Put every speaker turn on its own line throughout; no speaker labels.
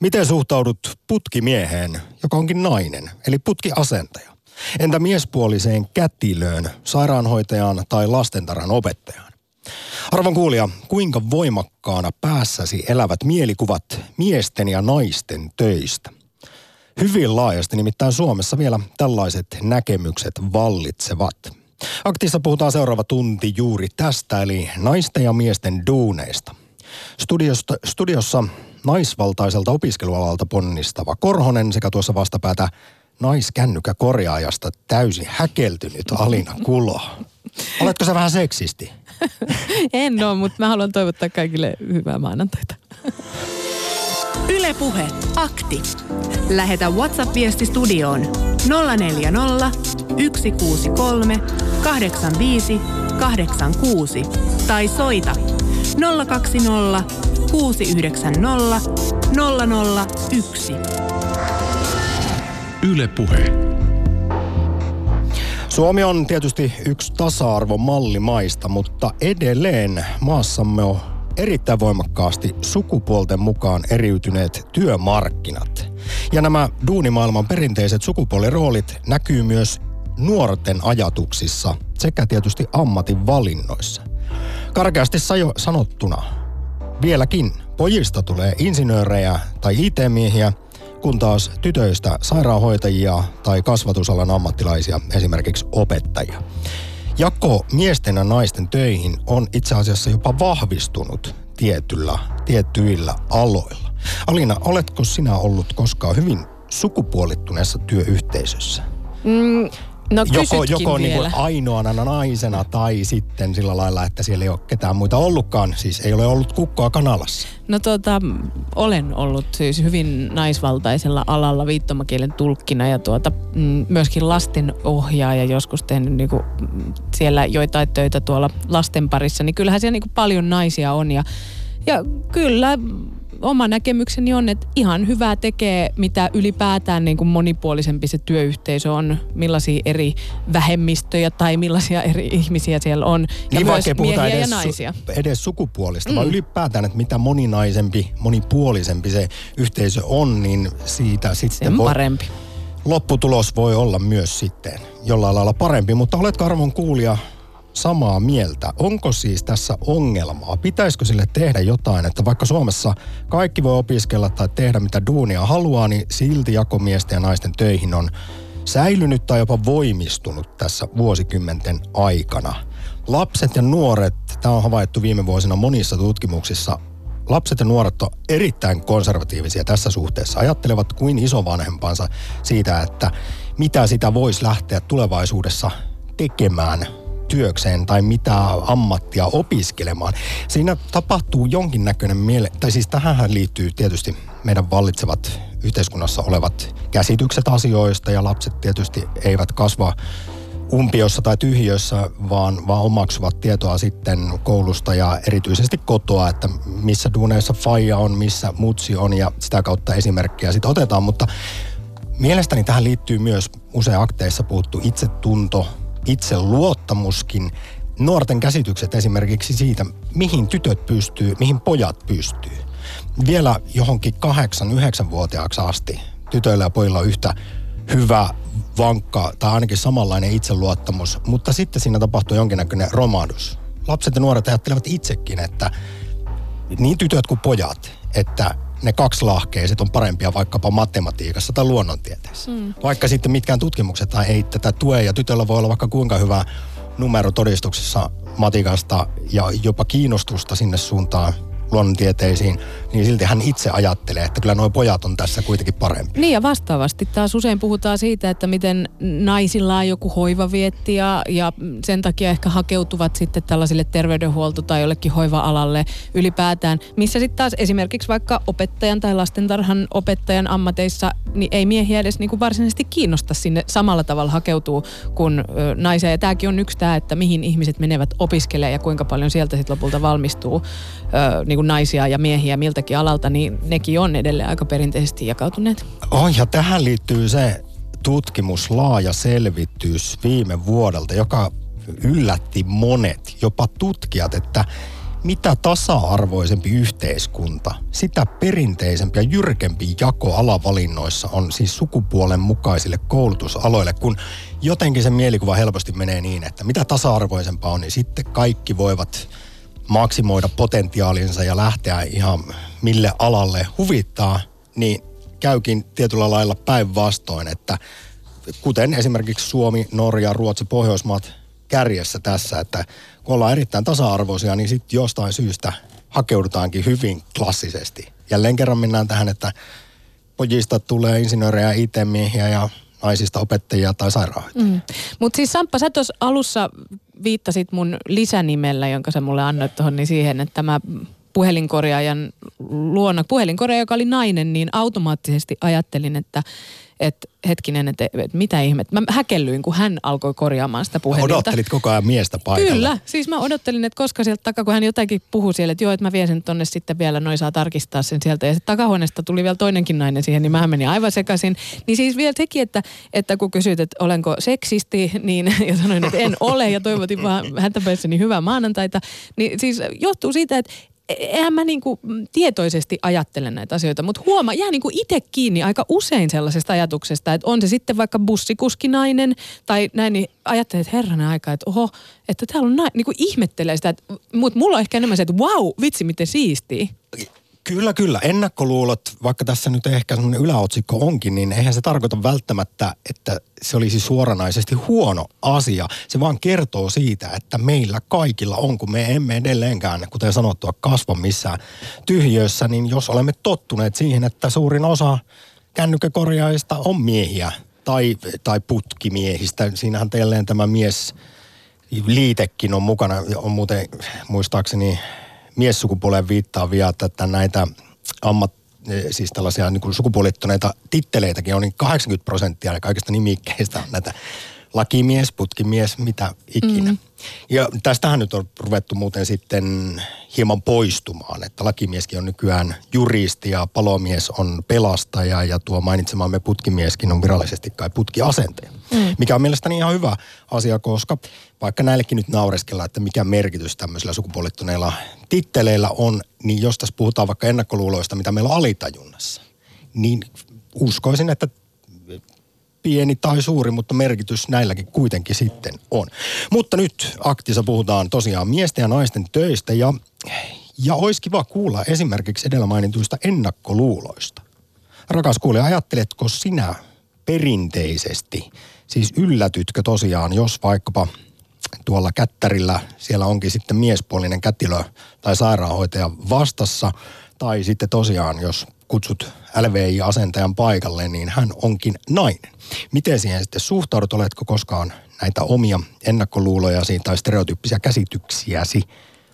Miten suhtaudut putkimieheen, joka onkin nainen, eli putkiasentaja? Entä miespuoliseen kätilöön, sairaanhoitajaan tai lastentarhan opettajaan? Arvon kuulija, kuinka voimakkaana päässäsi elävät mielikuvat miesten ja naisten töistä? Hyvin laajasti, nimittäin Suomessa vielä tällaiset näkemykset vallitsevat. Aktissa puhutaan seuraava tunti juuri tästä, eli naisten ja miesten duuneista. Studiossa naisvaltaiselta opiskelualalta ponnistava Korhonen sekä tuossa vastapäätä naiskännykkäkorjaajasta täysin häkeltynyt Alina Kulo. Oletko sä vähän seksisti?
En ole, mutta mä haluan toivottaa kaikille hyvää maanantaita.
Yle Puhe, akti. Lähetä WhatsApp-viesti studioon 040 163 85 86 tai soita 020 690 001.
Yle Puhe.
Suomi on tietysti yksi tasa-arvomallimaista, mutta edelleen maassamme on erittäin voimakkaasti sukupuolten mukaan eriytyneet työmarkkinat. Ja nämä duunimaailman perinteiset sukupuoliroolit näkyy myös nuorten ajatuksissa sekä tietysti ammatin valinnoissa. Karkeasti sanottuna, vieläkin pojista tulee insinöörejä tai IT-miehiä, kun taas tytöistä sairaanhoitajia tai kasvatusalan ammattilaisia, esimerkiksi opettajia. Jako miesten ja naisten töihin on itse asiassa jopa vahvistunut tiettyillä aloilla. Alina, oletko sinä ollut koskaan hyvin sukupuolittuneessa työyhteisössä?
No
joko niin kuin ainoana naisena tai sitten sillä lailla, että siellä ei ole ketään muita ollutkaan. Siis ei ole ollut kukkoa kanalassa.
No olen ollut siis hyvin naisvaltaisella alalla viittomakielen tulkkina ja myöskin lastenohjaaja joskus tehnyt niinku siellä joitain töitä tuolla lasten parissa. Niin kyllähän siellä niinku paljon naisia on ja kyllä oma näkemykseni on, että ihan hyvää tekee, mitä ylipäätään niin kuin monipuolisempi se työyhteisö on, millaisia eri vähemmistöjä tai millaisia eri ihmisiä siellä on. Ja
niin
myös miehiä ja naisia.
Edes sukupuolista, vaan ylipäätään, että mitä moninaisempi, monipuolisempi se yhteisö on, niin siitä sitten
parempi.
Lopputulos voi olla myös sitten jollain lailla parempi, mutta oletko arvon kuulija samaa mieltä? Onko siis tässä ongelmaa? Pitäisikö sille tehdä jotain, että vaikka Suomessa kaikki voi opiskella tai tehdä mitä duunia haluaa, niin silti jako miesten ja naisten töihin on säilynyt tai jopa voimistunut tässä vuosikymmenten aikana. Lapset ja nuoret, tämä on havaittu viime vuosina monissa tutkimuksissa, lapset ja nuoret on erittäin konservatiivisia tässä suhteessa. Ajattelevat kuin isovanhempansa siitä, että mitä sitä voisi lähteä tulevaisuudessa tekemään työkseen tai mitä ammattia opiskelemaan. Siinä tapahtuu jonkinnäköinen tai siis tähän liittyy tietysti meidän vallitsevat yhteiskunnassa olevat käsitykset asioista ja lapset tietysti eivät kasva umpiossa tai tyhjössä, vaan omaksuvat tietoa sitten koulusta ja erityisesti kotoa, että missä duuneissa faija on, missä mutsi on ja sitä kautta esimerkkejä sitten otetaan, mutta mielestäni tähän liittyy myös usein akteissa puhuttu itsetunto, itseluottamuskin, nuorten käsitykset esimerkiksi siitä, mihin tytöt pystyy, mihin pojat pystyy. Vielä johonkin 8-9-vuotiaaksi asti tytöillä ja pojilla on yhtä hyvä, vankka tai ainakin samanlainen itseluottamus, mutta sitten siinä tapahtuu jonkinnäköinen romahdus. Lapset ja nuoret ajattelevat itsekin, että niin tytöt kuin pojat, että ne kaksi lahkeiset on parempia vaikkapa matematiikassa tai luonnontieteessä. Vaikka sitten mitkään tutkimukset ei tätä tue ja tytöllä voi olla vaikka kuinka hyvä numero todistuksessa matikasta ja jopa kiinnostusta sinne suuntaan luonnontieteisiin, niin silti hän itse ajattelee, että kyllä nuo pojat on tässä kuitenkin parempi.
Niin ja vastaavasti taas usein puhutaan siitä, että miten naisilla on joku hoivavietti ja sen takia ehkä hakeutuvat sitten tällaisille terveydenhuolto- tai jollekin hoiva-alalle ylipäätään, missä sitten taas esimerkiksi vaikka opettajan tai lastentarhan opettajan ammateissa, niin ei miehiä edes niin kuin varsinaisesti kiinnosta sinne samalla tavalla hakeutuu kuin naisia. Ja tämäkin on yksi tämä, että mihin ihmiset menevät opiskelemaan ja kuinka paljon sieltä sitten lopulta valmistuu niin kuin naisia ja miehiä miltäkin alalta, niin nekin on edelleen aika perinteisesti jakautuneet.
Ja tähän liittyy se tutkimus, laaja selvitys viime vuodelta, joka yllätti monet, jopa tutkijat, että Mitä tasa-arvoisempi yhteiskunta, sitä perinteisempi ja jyrkempi jako alavalinnoissa on siis sukupuolen mukaisille koulutusaloille, kun jotenkin se mielikuva helposti menee niin, että mitä tasa-arvoisempaa on, niin sitten kaikki voivat maksimoida potentiaalinsa ja lähteä ihan mille alalle huvittaa, niin käykin tietyllä lailla päinvastoin, että kuten esimerkiksi Suomi, Norja, Ruotsi, Pohjoismaat kärjessä tässä, että kun ollaan erittäin tasa-arvoisia, niin sitten jostain syystä hakeudutaankin hyvin klassisesti. Jälleen kerran mennään tähän, että pojista tulee insinöörejä, IT-miehiä ja naisista opettajia tai sairaanhoitajia.
Mutta siis Samppa, sä tuossa alussa viittasit mun lisänimellä, jonka sä mulle annoit tuohon, niin siihen, että tämä puhelinkorjaajan luona, puhelinkorjaaja, joka oli nainen, niin automaattisesti ajattelin, että hetkinen, että mitä ihmettä. Mä häkellyin, kun hän alkoi korjaamaan sitä puhelinta.
Odottelit koko ajan miestä paikalla.
Kyllä, siis mä odottelin, että koska sieltä takaa, kun hän jotakin puhui siellä, että joo, että mä vien sen tonne sitten vielä, noi saa tarkistaa sen sieltä. Ja sitten takahuoneesta tuli vielä toinenkin nainen siihen, niin mä menin aivan sekaisin. Niin siis vielä sekin, että kun kysyit, että olenko seksisti, niin ja sanoin, että en ole ja toivotin vaan häntäpäissäni hyvää maanantaita. Niin siis johtuu siitä, että eihän mä niinku tietoisesti ajattele näitä asioita, mutta jää niinku itse kiinni aika usein sellaisesta ajatuksesta, että on se sitten vaikka bussikuskinainen tai näin, niin ajattelee, että herranen aika, että oho, että täällä on niinku ihmettelee sitä, mutta mulla on ehkä enemmän se, että vau, vitsi miten siistiä.
Kyllä. Ennakkoluulot, vaikka tässä nyt ehkä semmoinen yläotsikko onkin, niin eihän se tarkoita välttämättä, että se olisi suoranaisesti huono asia. Se vaan kertoo siitä, että meillä kaikilla on, kun me emme edelleenkään, kuten sanottua, kasva missään tyhjössä, niin jos olemme tottuneet siihen, että suurin osa kännykkäkorjaajista on miehiä tai putkimiehistä. Siinähän teilleen tämä miesliitekin on mukana, on muuten muistaakseni miessukupuoleen viittaavia, että näitä siis tällaisia niin kuin sukupuolittuneita titteleitäkin on, niin 80% kaikista nimikkeistä on näitä lakimies, putkimies, mitä ikinä. Ja tästähän nyt on ruvettu muuten sitten hieman poistumaan, että lakimieskin on nykyään juristi ja palomies on pelastaja ja tuo mainitsemamme putkimieskin on virallisesti kai putkiasentaja. Mikä on mielestäni ihan hyvä asia, koska vaikka näillekin nyt naureskellaan, että mikä merkitys tämmöisillä sukupuolittuneilla titteleillä on, niin jos tässä puhutaan vaikka ennakkoluuloista, mitä meillä on alitajunnassa, niin uskoisin, että pieni tai suuri, mutta merkitys näilläkin kuitenkin sitten on. Mutta nyt Aktissa puhutaan tosiaan miesten ja naisten töistä ja olisi kiva kuulla esimerkiksi edellä mainituista ennakkoluuloista. Rakas kuulija, ajatteletko sinä perinteisesti, siis yllätytkö tosiaan, jos vaikkapa tuolla kättärillä siellä onkin sitten miespuolinen kätilö tai sairaanhoitaja vastassa, tai sitten tosiaan, jos kutsut LVI-asentajan paikalle, niin hän onkin nainen. Miten siihen sitten suhtaudut? Oletko koskaan näitä omia ennakkoluulojasi tai stereotyyppisiä käsityksiäsi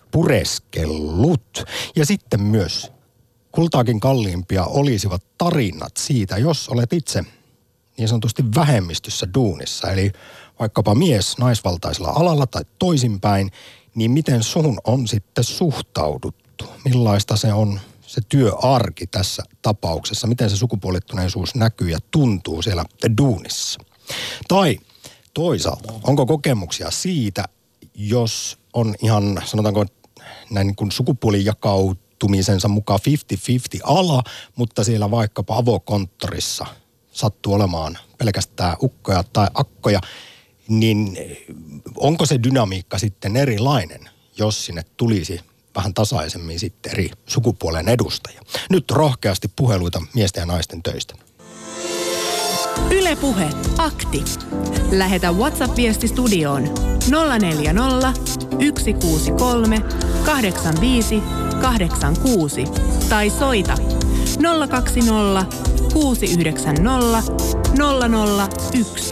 pureskellut? Ja sitten myös kultaakin kalliimpia olisivat tarinat siitä, jos olet itse niin sanotusti vähemmistössä duunissa, eli vaikkapa mies naisvaltaisella alalla tai toisinpäin, niin miten sun on sitten suhtauduttu? Millaista se on se työarki tässä tapauksessa? Miten se sukupuolittuneisuus näkyy ja tuntuu siellä duunissa? Tai toisaalta, onko kokemuksia siitä, jos on ihan, sanotaanko näin niin kuin sukupuolijakautumisensa mukaan 50-50 ala, mutta siellä vaikkapa avokonttorissa sattuu olemaan pelkästään ukkoja tai akkoja, niin onko se dynamiikka sitten erilainen, jos sinne tulisi vähän tasaisemmin sitten eri sukupuolen edustajia? Nyt rohkeasti puheluita miesten ja naisten töistä.
Yle Puhe, akti. Lähetä WhatsApp-viesti studioon 040 163 85 86 tai soita 020 690 001.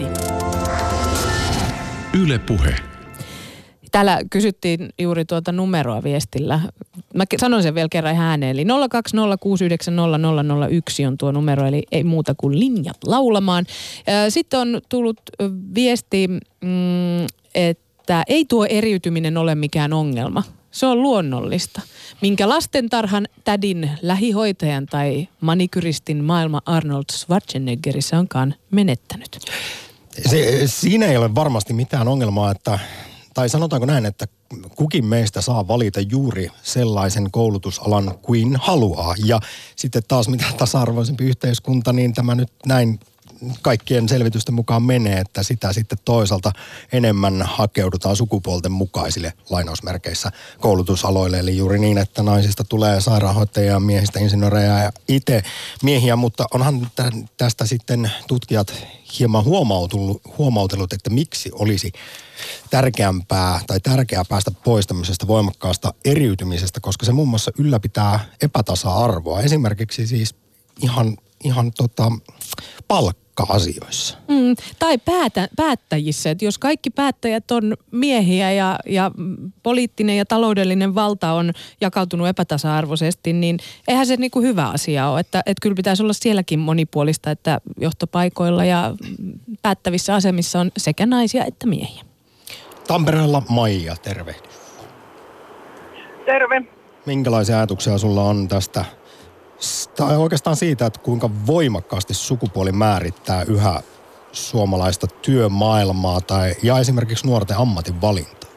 Yle Puhe.
Täällä kysyttiin juuri tuota numeroa viestillä. Mä sanon sen vielä kerran ääneen. Eli 020690001 on tuo numero, eli ei muuta kuin linjat laulamaan. Sitten on tullut viesti, että ei tuo eriytyminen ole mikään ongelma. Se on luonnollista. Minkä lastentarhan, tädin, lähihoitajan tai manikyristin maailma Arnold Schwarzeneggerissä onkaan menettänyt.
Siinä ei ole varmasti mitään ongelmaa, että tai sanotaanko näin, että kukin meistä saa valita juuri sellaisen koulutusalan kuin haluaa. Ja sitten taas mitä tasa-arvoisempi yhteiskunta, niin tämä nyt näin kaikkien selvitysten mukaan menee, että sitä sitten toisaalta enemmän hakeudutaan sukupuolten mukaisille lainausmerkeissä koulutusaloille. Eli juuri niin, että naisista tulee sairaanhoitajia, miehistä insinöörejä ja itse miehiä, mutta onhan tästä sitten tutkijat hieman huomautellut, että miksi olisi tärkeää päästä pois tämmöisestä voimakkaasta eriytymisestä, koska se muun muassa ylläpitää epätasa-arvoa. Esimerkiksi siis ihan palkka-asioissa.
Tai päättäjissä, että jos kaikki päättäjät on miehiä ja poliittinen ja taloudellinen valta on jakautunut epätasa-arvoisesti, niin eihän se niinku hyvä asia ole. Että kyllä pitäisi olla sielläkin monipuolista, että johtopaikoilla ja päättävissä asemissa on sekä naisia että miehiä.
Tampereella Maija, tervehdys.
Terve.
Minkälaisia ajatuksia sulla on tästä, tai oikeastaan siitä, että kuinka voimakkaasti sukupuoli määrittää yhä suomalaista työmaailmaa ja esimerkiksi nuorten ammatin valintaa?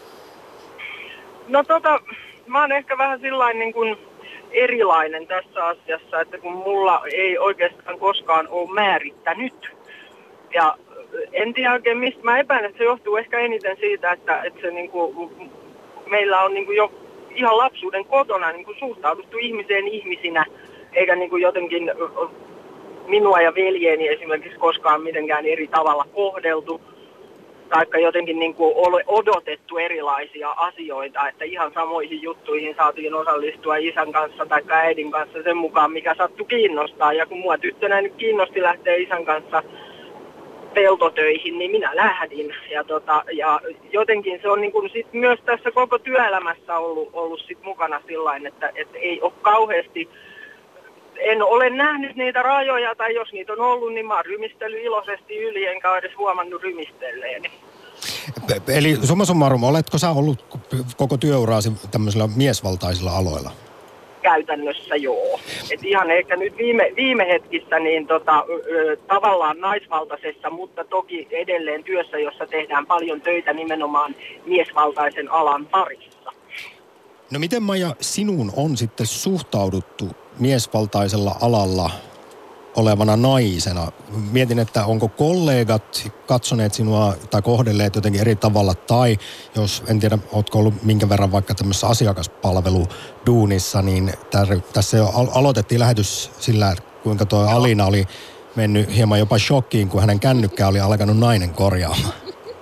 No mä oon ehkä vähän sillain niin kuin erilainen tässä asiassa, että kun mulla ei oikeastaan koskaan ole määrittänyt. Ja en tiedä oikein mistä, mä epäilen, että se johtuu ehkä eniten siitä, että se niin kuin, meillä on niin kuin jo ihan lapsuuden kotona niin kuin suhtauduttu ihmiseen ihmisinä, eikä niin kuin jotenkin minua ja veljeeni esimerkiksi koskaan mitenkään eri tavalla kohdeltu, taikka jotenkin niin kuin odotettu erilaisia asioita, että ihan samoihin juttuihin saatiin osallistua isän kanssa tai äidin kanssa sen mukaan, mikä sattui kiinnostaa. Ja kun mua tyttönä nyt kiinnosti lähteä isän kanssa peltotöihin, niin minä lähdin. Ja jotenkin se on niin kuin sit myös tässä koko työelämässä ollut sit mukana sillain, että ei ole kauheasti, en ole nähnyt niitä rajoja, tai jos niitä on ollut, niin mä oon rymistellyt iloisesti yli, enkä ole edes huomannut rymistelleeni.
Eli summa summarum, oletko sä ollut koko työuraasi tämmöisillä miesvaltaisilla aloilla?
Käytännössä joo. Et ihan ehkä nyt viime hetkissä niin tavallaan naisvaltaisessa, mutta toki edelleen työssä, jossa tehdään paljon töitä nimenomaan miesvaltaisen alan parissa.
No miten Maija, sinuun on sitten suhtauduttu miesvaltaisella alalla olevana naisena? Mietin, että onko kollegat katsoneet sinua tai kohdelleet jotenkin eri tavalla, tai jos, en tiedä, ootko ollut minkä verran vaikka tämmöisessä asiakaspalveluduunissa, niin tässä jo aloitettiin lähetys sillä, kuinka tuo Alina oli mennyt hieman jopa shokkiin, kun hänen kännykkää oli alkanut nainen korjaamaan.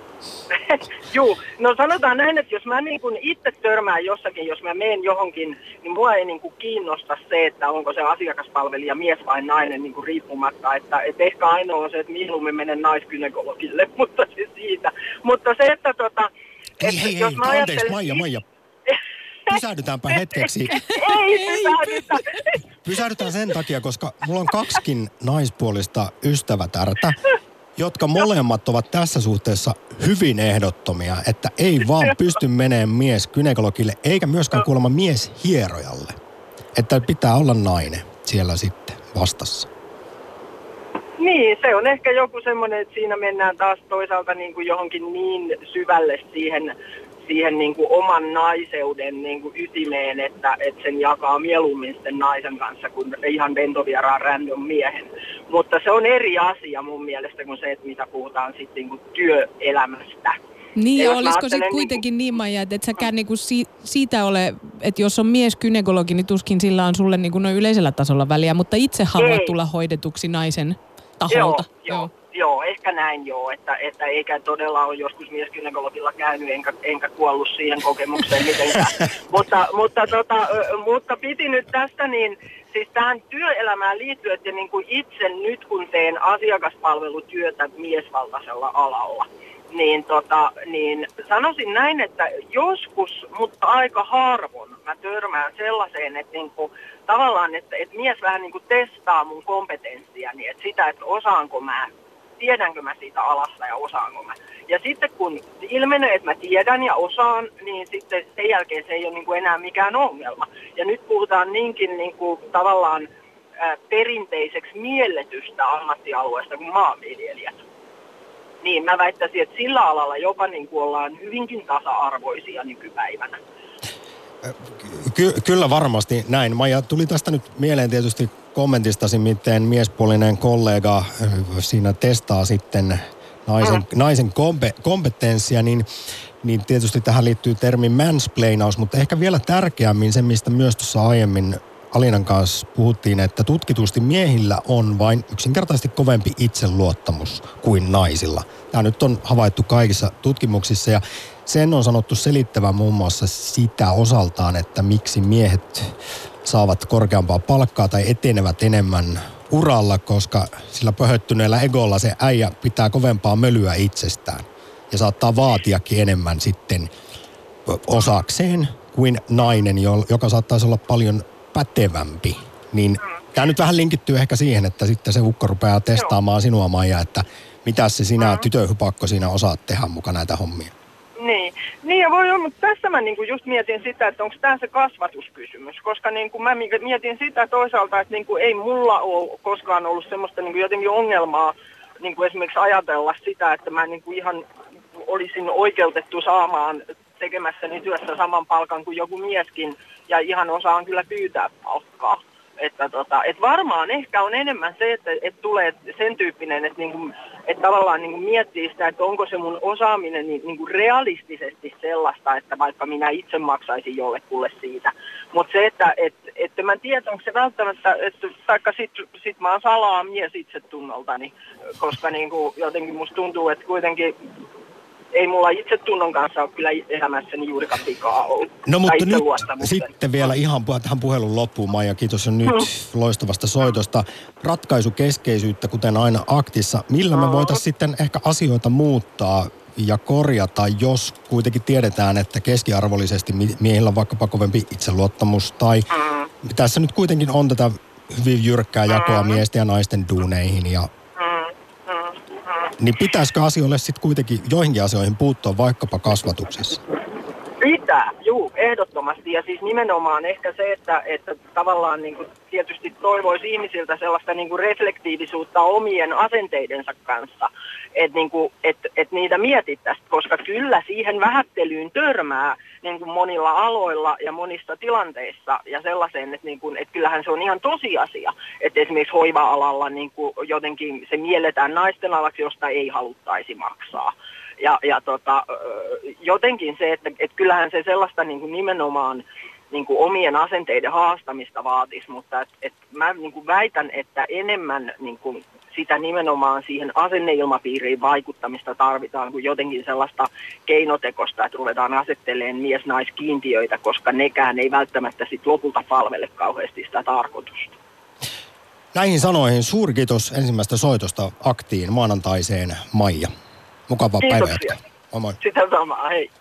Joo, no sanotaan näin, että jos mä niin kuin itse törmään jossakin, jos mä menen johonkin, niin mua ei niin kuin kiinnosta se, että onko se asiakaspalvelija mies vai nainen niin kuin riippumatta. Että ehkä ainoa on se, että mieluummin menen naisgynekologille, mutta se siitä. Mutta se, että
jos mä ajattelen... Maija. Pysähdytäänpä hetkeksi.
Ei pysähdytä.
Pysähdytään sen takia, koska mulla on 2 naispuolista ystävätärtä, jotka molemmat ovat tässä suhteessa hyvin ehdottomia, että ei vaan pysty menemään mies gynekologille, eikä myöskään kuulemma mies hierojalle. Että pitää olla nainen siellä sitten vastassa.
Niin, se on ehkä joku semmoinen, että siinä mennään taas toisaalta niin kuin johonkin niin syvälle siihen niin kuin oman naiseuden niin kuin ytimeen, että sen jakaa mieluummin sitten naisen kanssa kuin ihan ventovieraan random miehen. Mutta se on eri asia mun mielestä kuin se, että mitä puhutaan sitten niin kuin työelämästä.
Niin, olisiko sitten kuitenkin niin, Maija, että et säkään niinku siitä ole, että jos on mies gynekologi, niin tuskin sillä on sulle niinku noin yleisellä tasolla väliä, mutta itse haluat tulla hoidetuksi naisen taholta.
Joo, ehkä näin joo, että eikä todella ole joskus miesgynekologilla käynyt, enkä kuollut siihen kokemukseen mitenkään. mutta piti nyt tästä niin, siis tähän työelämään liittyen, että niin kuin itse nyt kun teen asiakaspalvelutyötä miesvaltaisella alalla, niin sanoisin näin, että joskus, mutta aika harvoin mä törmään sellaiseen, että niinku, tavallaan, että mies vähän niinku testaa mun kompetenssiani, että sitä, että osaanko mä, tiedänkö mä siitä alasta ja osaanko mä. Ja sitten kun ilmenee, että mä tiedän ja osaan, niin sitten sen jälkeen se ei ole niinku enää mikään ongelma. Ja nyt puhutaan niinkin niinku, tavallaan perinteiseksi mielletystä ammattialueesta kuin maanviljelijät. Niin mä väittäisin, että sillä alalla jopa niin kuin ollaan hyvinkin tasa-arvoisia nykypäivänä.
Kyllä varmasti näin. Maija, tuli tästä nyt mieleen tietysti kommentistasi, miten miespuolinen kollega siinä testaa sitten naisen kompetenssia, niin tietysti tähän liittyy termi mansplainaus, mutta ehkä vielä tärkeämmin se, mistä myös tuossa aiemmin Alinan kanssa puhuttiin, että tutkitusti miehillä on vain yksinkertaisesti kovempi itseluottamus kuin naisilla. Tämä nyt on havaittu kaikissa tutkimuksissa ja sen on sanottu selittävän muun muassa sitä osaltaan, että miksi miehet saavat korkeampaa palkkaa tai etenevät enemmän uralla, koska sillä pöhöttyneellä egolla se äijä pitää kovempaa mölyä itsestään ja saattaa vaatiakin enemmän sitten osakseen kuin nainen, joka saattaisi olla paljon pätevämpi. Niin tämä nyt vähän linkittyy ehkä siihen, että sitten se ukko rupeaa testaamaan sinua, Maija, että mitä se sinä tytöhypakko siinä osaat tehdä mukaan näitä hommia.
Niin ja voi olla, mutta tässä mä niinku just mietin sitä, että onko tämä se kasvatuskysymys, koska niinku mä mietin sitä toisaalta, että niinku ei mulla ole koskaan ollut semmoista niinku jotenkin ongelmaa niinku esimerkiksi ajatella sitä, että mä niinku ihan olisin oikeutettu saamaan tekemässäni työssä saman palkan kuin joku mieskin ja ihan osaan kyllä pyytää palkkaa. Että varmaan ehkä on enemmän se, että tulee sen tyyppinen, että tavallaan miettii sitä, että onko se mun osaaminen realistisesti sellaista, että vaikka minä itse maksaisin jollekulle siitä. Mutta se, että mä en tiedä, onko se välttämättä, taikka sit mä oon salaa mies itsetunnoltani, koska jotenkin musta tuntuu, että kuitenkin ei mulla itsetunnon kanssa ole kyllä elämässäni juurikaan vikaa ollut.
No mutta nyt sitten vielä ihan tähän puhelun loppuun, Maija, kiitos jo nyt loistavasta soitosta. Ratkaisukeskeisyyttä, kuten aina aktissa. Millä me voitaisiin sitten ehkä asioita muuttaa ja korjata, jos kuitenkin tiedetään, että keskiarvollisesti miehillä on vaikkapa kovempi itseluottamus tai tässä nyt kuitenkin on tätä hyvin jyrkkää jakoa miesten ja naisten duuneihin ja niin pitäisikö asioille sitten kuitenkin joihinkin asioihin puuttua vaikkapa kasvatuksessa?
Pitää, juu, ehdottomasti. Ja siis nimenomaan ehkä se, että tavallaan tietysti toivoisi ihmisiltä sellaista reflektiivisuutta omien asenteidensa kanssa, että niitä mietittäisiin, koska kyllä siihen vähättelyyn törmää monilla aloilla ja monissa tilanteissa ja sellaiseen, että kyllähän se on ihan tosiasia, että esimerkiksi hoiva-alalla jotenkin se mielletään naisten alaksi, josta ei haluttaisi maksaa. Ja jotenkin se, että kyllähän se sellaista nimenomaan omien asenteiden haastamista vaatisi, mutta mä väitän, että enemmän sitä nimenomaan siihen asenneilmapiiriin vaikuttamista tarvitaan kuin jotenkin sellaista keinotekosta, että ruvetaan asettelemaan mies-naiskiintiöitä, koska nekään ei välttämättä sit lopulta palvele kauheasti sitä tarkoitusta.
Näihin sanoihin suuri kiitos ensimmäistä soitosta aktiin maanantaiseen, Maija. Mukavaa päivää. Moi.
Sitä samaa, hei.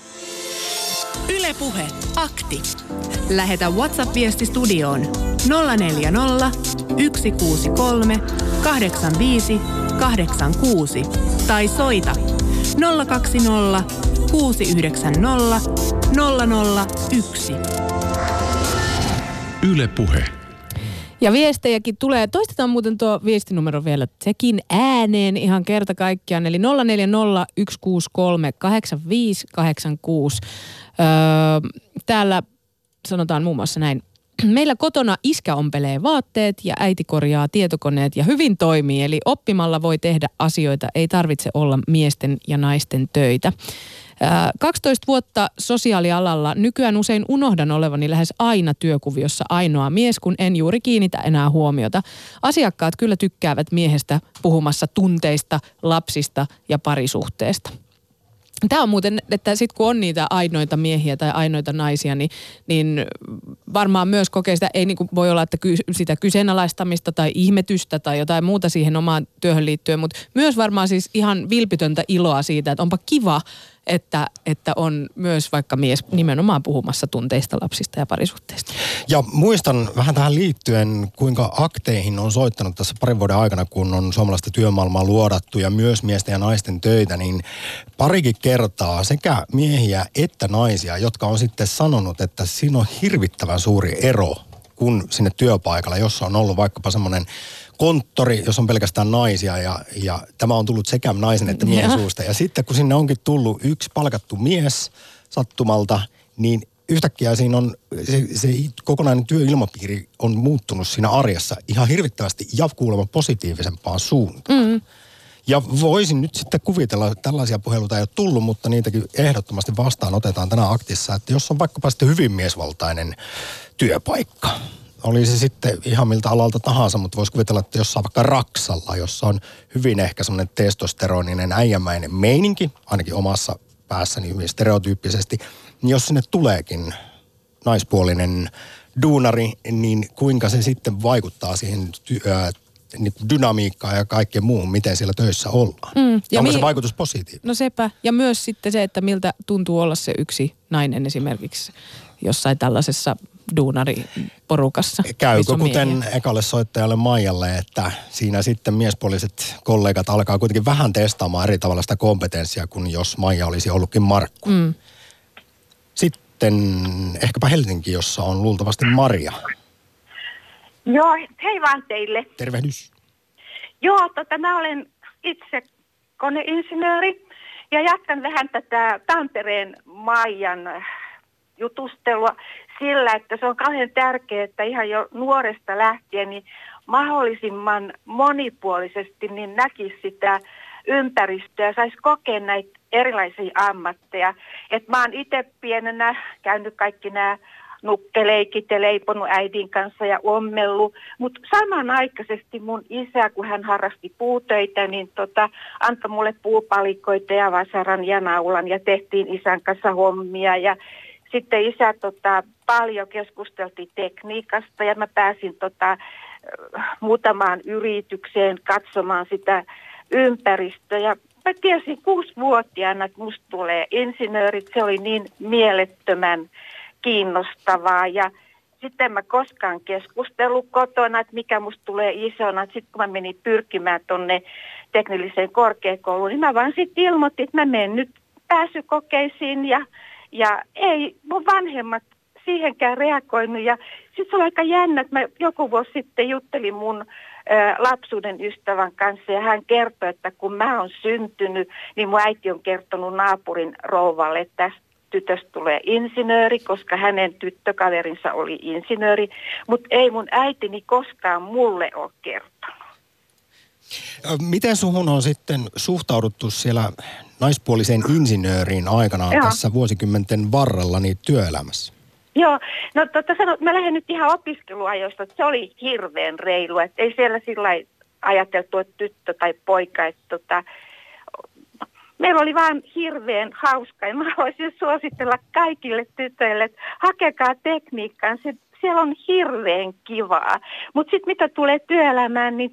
Yle Puhe, akti. Lähetä WhatsApp-viesti studioon 040 163 85 86 tai soita 020 690 001.
Yle Puhe.
Ja viestejäkin tulee. Toistetaan muuten tuo viestinumero vielä sekin ääneen ihan kerta kaikkiaan. Eli 0401638586. Täällä sanotaan muun muassa näin. Meillä kotona iskä ompelee vaatteet ja äiti korjaa tietokoneet ja hyvin toimii. Eli oppimalla voi tehdä asioita, ei tarvitse olla miesten ja naisten töitä. 12 vuotta sosiaalialalla. Nykyään usein unohdan olevani lähes aina työkuviossa ainoa mies, kun en juuri kiinnitä enää huomiota. Asiakkaat kyllä tykkäävät miehestä puhumassa tunteista, lapsista ja parisuhteesta. Tämä on muuten, että sitten kun on niitä ainoita miehiä tai ainoita naisia, niin varmaan myös kokee sitä, ei voi olla, että sitä kyseenalaistamista tai ihmetystä tai jotain muuta siihen omaan työhön liittyen, mutta myös varmaan siis ihan vilpitöntä iloa siitä, että onpa kiva, että on myös vaikka mies nimenomaan puhumassa tunteista, lapsista ja parisuhteista.
Ja muistan vähän tähän liittyen, kuinka akteihin on soittanut tässä parin vuoden aikana, kun on suomalaista työmaailmaa luodattu ja myös miesten ja naisten töitä, niin parikin kertaa sekä miehiä että naisia, jotka on sitten sanonut, että siinä on hirvittävän suuri ero, kun sinne työpaikalla, jossa on ollut vaikkapa semmoinen konttori, jos on pelkästään naisia ja tämä on tullut sekä naisen että miehen suusta. Ja sitten kun sinne onkin tullut yksi palkattu mies sattumalta, niin yhtäkkiä siinä on se kokonainen työilmapiiri on muuttunut siinä arjessa ihan hirvittävästi ja kuulemma positiivisempaan suuntaan. Mm. Ja voisin nyt sitten kuvitella, että tällaisia puheluita ei ole tullut, mutta niitäkin ehdottomasti vastaan otetaan tänään aktissa, että jos on vaikkapa sitten hyvin miesvaltainen työpaikka, oli se sitten ihan miltä alalta tahansa, mutta voisi kuvitella, että jossain vaikka Raksalla, jossa on hyvin ehkä semmoinen testosteroninen äijämäinen meininki, ainakin omassa päässäni hyvin stereotyyppisesti, niin jos sinne tuleekin naispuolinen duunari, niin kuinka se sitten vaikuttaa siihen dynamiikkaan ja kaikkeen muuhun, miten siellä töissä ollaan. Ja onko se vaikutus positiivinen?
No sepä. Ja myös sitten se, että miltä tuntuu olla se yksi nainen esimerkiksi jossain tällaisessa duunariporukassa.
Käykö kuten ekalle soittajalle Maijalle, että siinä sitten miespuoliset kollegat alkaa kuitenkin vähän testaamaan eri tavalla sitä kompetenssia, kuin jos Maija olisi ollutkin Markku. Sitten ehkäpä Helsinki, jossa on luultavasti Maria.
Joo, hei vaan teille.
Tervehdys.
Joo, mä olen itse koneinsinööri ja jatkan vähän tätä Tampereen Maijan jutustelua sillä, että se on kauhean tärkeää, että ihan jo nuoresta lähtien niin mahdollisimman monipuolisesti niin näkisi sitä ympäristöä ja saisi kokea näitä erilaisia ammatteja. Että mä oon itse pienenä käynyt kaikki nämä nukkeleikit ja leiponut äidin kanssa ja ommellut, mutta samanaikaisesti mun isä, kun hän harrasti puutöitä, niin antoi mulle puupalikoita ja vasaran ja naulan ja tehtiin isän kanssa hommia ja sitten isä paljon keskusteltiin tekniikasta ja mä pääsin muutamaan yritykseen katsomaan sitä ympäristöä. Ja mä tiesin 6-vuotiaana, että musta tulee insinöörit. Se oli niin mielettömän kiinnostavaa ja sitten mä koskaan keskustellut kotona, että mikä musta tulee isona. Sitten kun mä menin pyrkimään tonne teknilliseen korkeakouluun, niin mä vaan sitten ilmoitin, että mä menen nyt pääsykokeisiin ja ei mun vanhemmat siihenkään reagoinut. Ja sitten se oli aika jännä, että mä joku vuosi sitten juttelin mun lapsuuden ystävän kanssa ja hän kertoi, että kun mä oon syntynyt, niin mun äiti on kertonut naapurin rouvalle, että tästä tytöstä tulee insinööri, koska hänen tyttökaverinsa oli insinööri, mutta ei mun äitini koskaan mulle ole kertonut.
Miten suhun on sitten suhtauduttu siellä naispuoliseen insinööriin aikanaan tässä vuosikymmenten varrella niin työelämässä?
Joo, no mä lähden nyt ihan opiskeluajoista, että se oli hirveän reilu, että ei siellä sillä ajateltu, että tyttö tai poika, että meillä oli vaan hirveän hauska ja mä haluaisin suositella kaikille tytöille, että hakekaa tekniikkaan, siellä on hirveän kivaa. Mutta sitten mitä tulee työelämään, niin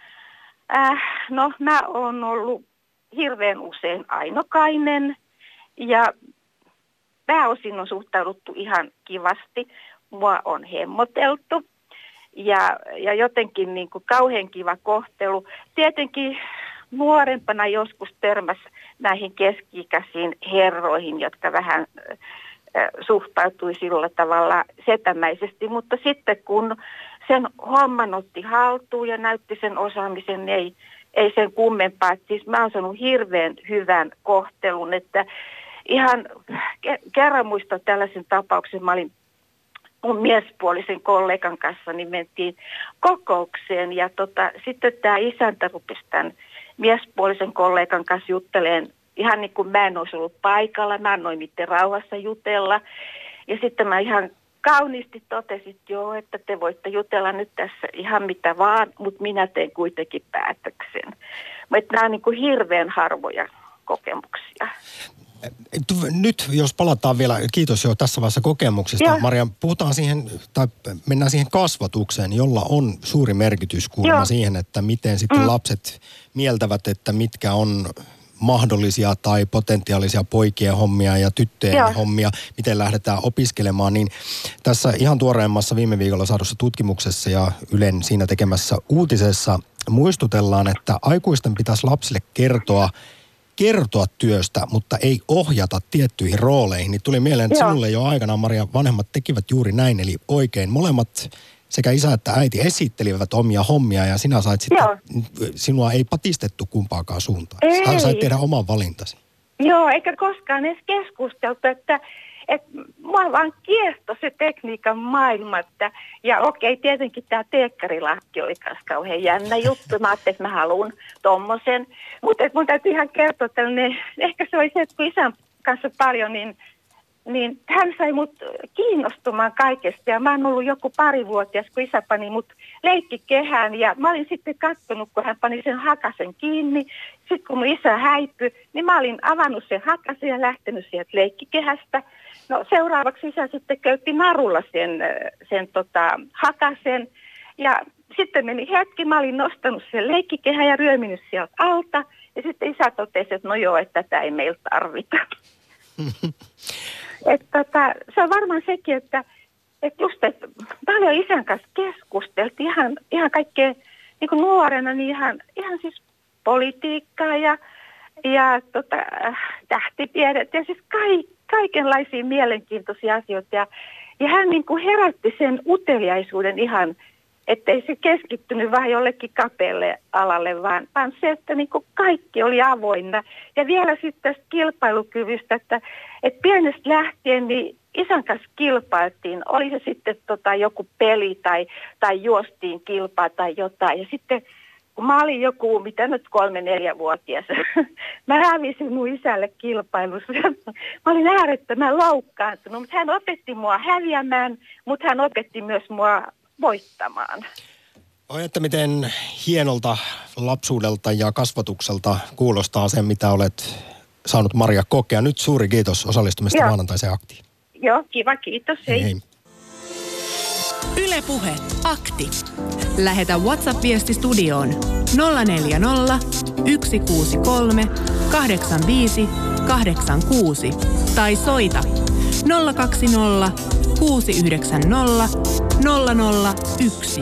mä oon ollut hirveän usein ainokainen ja pääosin on suhtauduttu ihan kivasti. Mua on hemmoteltu ja jotenkin niin kuin kauhean kiva kohtelu. Tietenkin nuorempana joskus törmäsi näihin keski-ikäisiin herroihin, jotka vähän suhtautui sillä tavalla setämäisesti, mutta sitten kun sen homman otti haltuun ja näytti sen osaamisen, niin ei sen kummempaa. Siis mä oon saanut hirveän hyvän kohtelun, että ihan kerran muistan tällaisen tapauksen, mä olin mun miespuolisen kollegan kanssa, niin mentiin kokoukseen ja sitten tämä isäntä rupesi tämän miespuolisen kollegan kanssa jutteleen ihan niin kuin mä en olisi ollut paikalla, mä annoin niiden rauhassa jutella ja sitten mä ihan kauniisti totesin, että te voitte jutella nyt tässä ihan mitä vaan, mutta minä teen kuitenkin päätöksen. Mutta nämä on niin kuin hirveän harvoja kokemuksia.
Nyt jos palataan vielä, kiitos jo tässä vaiheessa kokemuksista, Maria, puhutaan siihen, tai mennään siihen kasvatukseen, jolla on suuri merkitys kuulemma siihen, että miten sitten lapset mieltävät, että mitkä on mahdollisia tai potentiaalisia poikien hommia ja tyttöjen hommia, miten lähdetään opiskelemaan, niin tässä ihan tuoreemmassa viime viikolla saadussa tutkimuksessa ja Ylen siinä tekemässä uutisessa muistutellaan, että aikuisten pitäisi lapsille kertoa työstä, mutta ei ohjata tiettyihin rooleihin. Niin tuli mieleen, että sinulle jo aikanaan, Maria, vanhemmat tekivät juuri näin, eli oikein molemmat sekä isä että äiti esittelivät omia hommia ja sinä sait sitten, sinua ei patistettu kumpaakaan suuntaan. Ei. Sait tehdä oman valintasi.
Joo, eikä koskaan edes keskusteltu, että mua vaan kiehtoi se tekniikan maailma. Ja okei, tietenkin tämä teekkarilahti oli myös kauhean jännä juttu. Mä ajattelin, että mä haluan tommosen. Mutta mun täytyy ihan kertoa tällainen, ehkä se oli se, että kun isän kanssa paljon, niin hän sai mut kiinnostumaan kaikesta. Ja mä oon ollut joku parivuotias, kun isä pani mut leikkikehään. Ja mä olin sitten katsonut, kun hän pani sen hakasen kiinni. Sitten kun mun isä häipyi, niin mä olin avannut sen hakasen ja lähtenyt sieltä leikkikehästä. No seuraavaksi isä sitten köytti narulla sen hakasen. Ja sitten meni hetki, mä olin nostanut sen leikkikehän ja ryöminyt sieltä alta. Ja sitten isä totesi, että no joo, että tätä ei meillä tarvita. Se on varmaan sekin, että just paljon isän kanssa keskusteltiin ihan kaikkea niin kuin nuorena, niin ihan siis politiikkaa ja tähtitiedettä ja siis kaikenlaisia mielenkiintoisia asioita. Ja hän niin kuin herätti sen uteliaisuuden ihan, ettei se keskittynyt vähän jollekin kapealle alalle, vaan se, että niin kuin kaikki oli avoinna. Ja vielä sitten tästä kilpailukyvystä, että pienestä lähtien niin isän kanssa kilpailtiin. Oli se sitten joku peli tai juostiin kilpaa tai jotain. Ja sitten kun mä olin joku, 3-4-vuotias, mä hävisin mun isälle kilpailussa. Mä olin äärettömän loukkaantunut, mutta hän opetti mua häviämään, mutta hän opetti myös mua voittamaan.
Oi, että miten hienolta lapsuudelta ja kasvatukselta kuulostaa se, mitä olet saanut Maria kokea. Nyt suuri kiitos osallistumista maanantaiseen aktiin.
Joo, kiva, kiitos. Hei.
Yle Puhe, akti. Lähetä WhatsApp-viesti studioon 040 163 85 86 tai soita 020 690 001.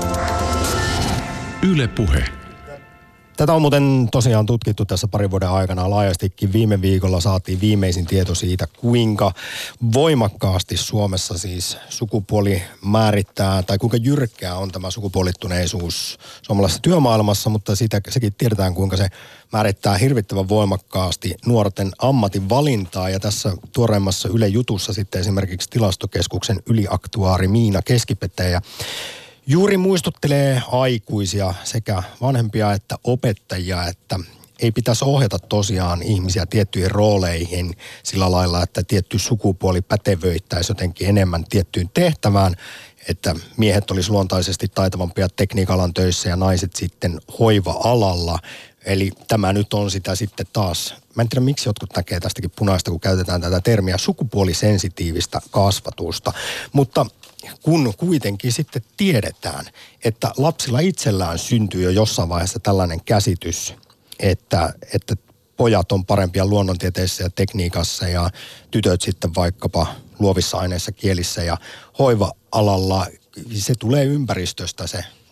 Yle Puhe.
Tätä on muuten tosiaan tutkittu tässä parin vuoden aikana laajastikin. Viime viikolla saatiin viimeisin tieto siitä, kuinka voimakkaasti Suomessa siis sukupuoli määrittää, tai kuinka jyrkkää on tämä sukupuolittuneisuus suomalaisessa työmaailmassa, mutta sekin tiedetään, kuinka se määrittää hirvittävän voimakkaasti nuorten ammatin valintaa. Ja tässä tuoreimmassa Yle Jutussa sitten esimerkiksi Tilastokeskuksen yliaktuaari Miina Keskipetäjä juuri muistuttelee aikuisia, sekä vanhempia että opettajia, että ei pitäisi ohjata tosiaan ihmisiä tiettyihin rooleihin sillä lailla, että tietty sukupuoli pätevöittäisi jotenkin enemmän tiettyyn tehtävään, että miehet olisi luontaisesti taitavampia tekniikalan töissä ja naiset sitten hoiva-alalla. Eli tämä nyt on sitä sitten taas, mä en tiedä miksi jotkut näkee tästäkin punaista, kun käytetään tätä termiä sukupuolisensitiivistä kasvatusta, mutta kun kuitenkin sitten tiedetään, että lapsilla itsellään syntyy jo jossain vaiheessa tällainen käsitys, että pojat on parempia luonnontieteissä ja tekniikassa ja tytöt sitten vaikkapa luovissa aineissa, kielissä ja hoiva-alalla, se tulee ympäristöstä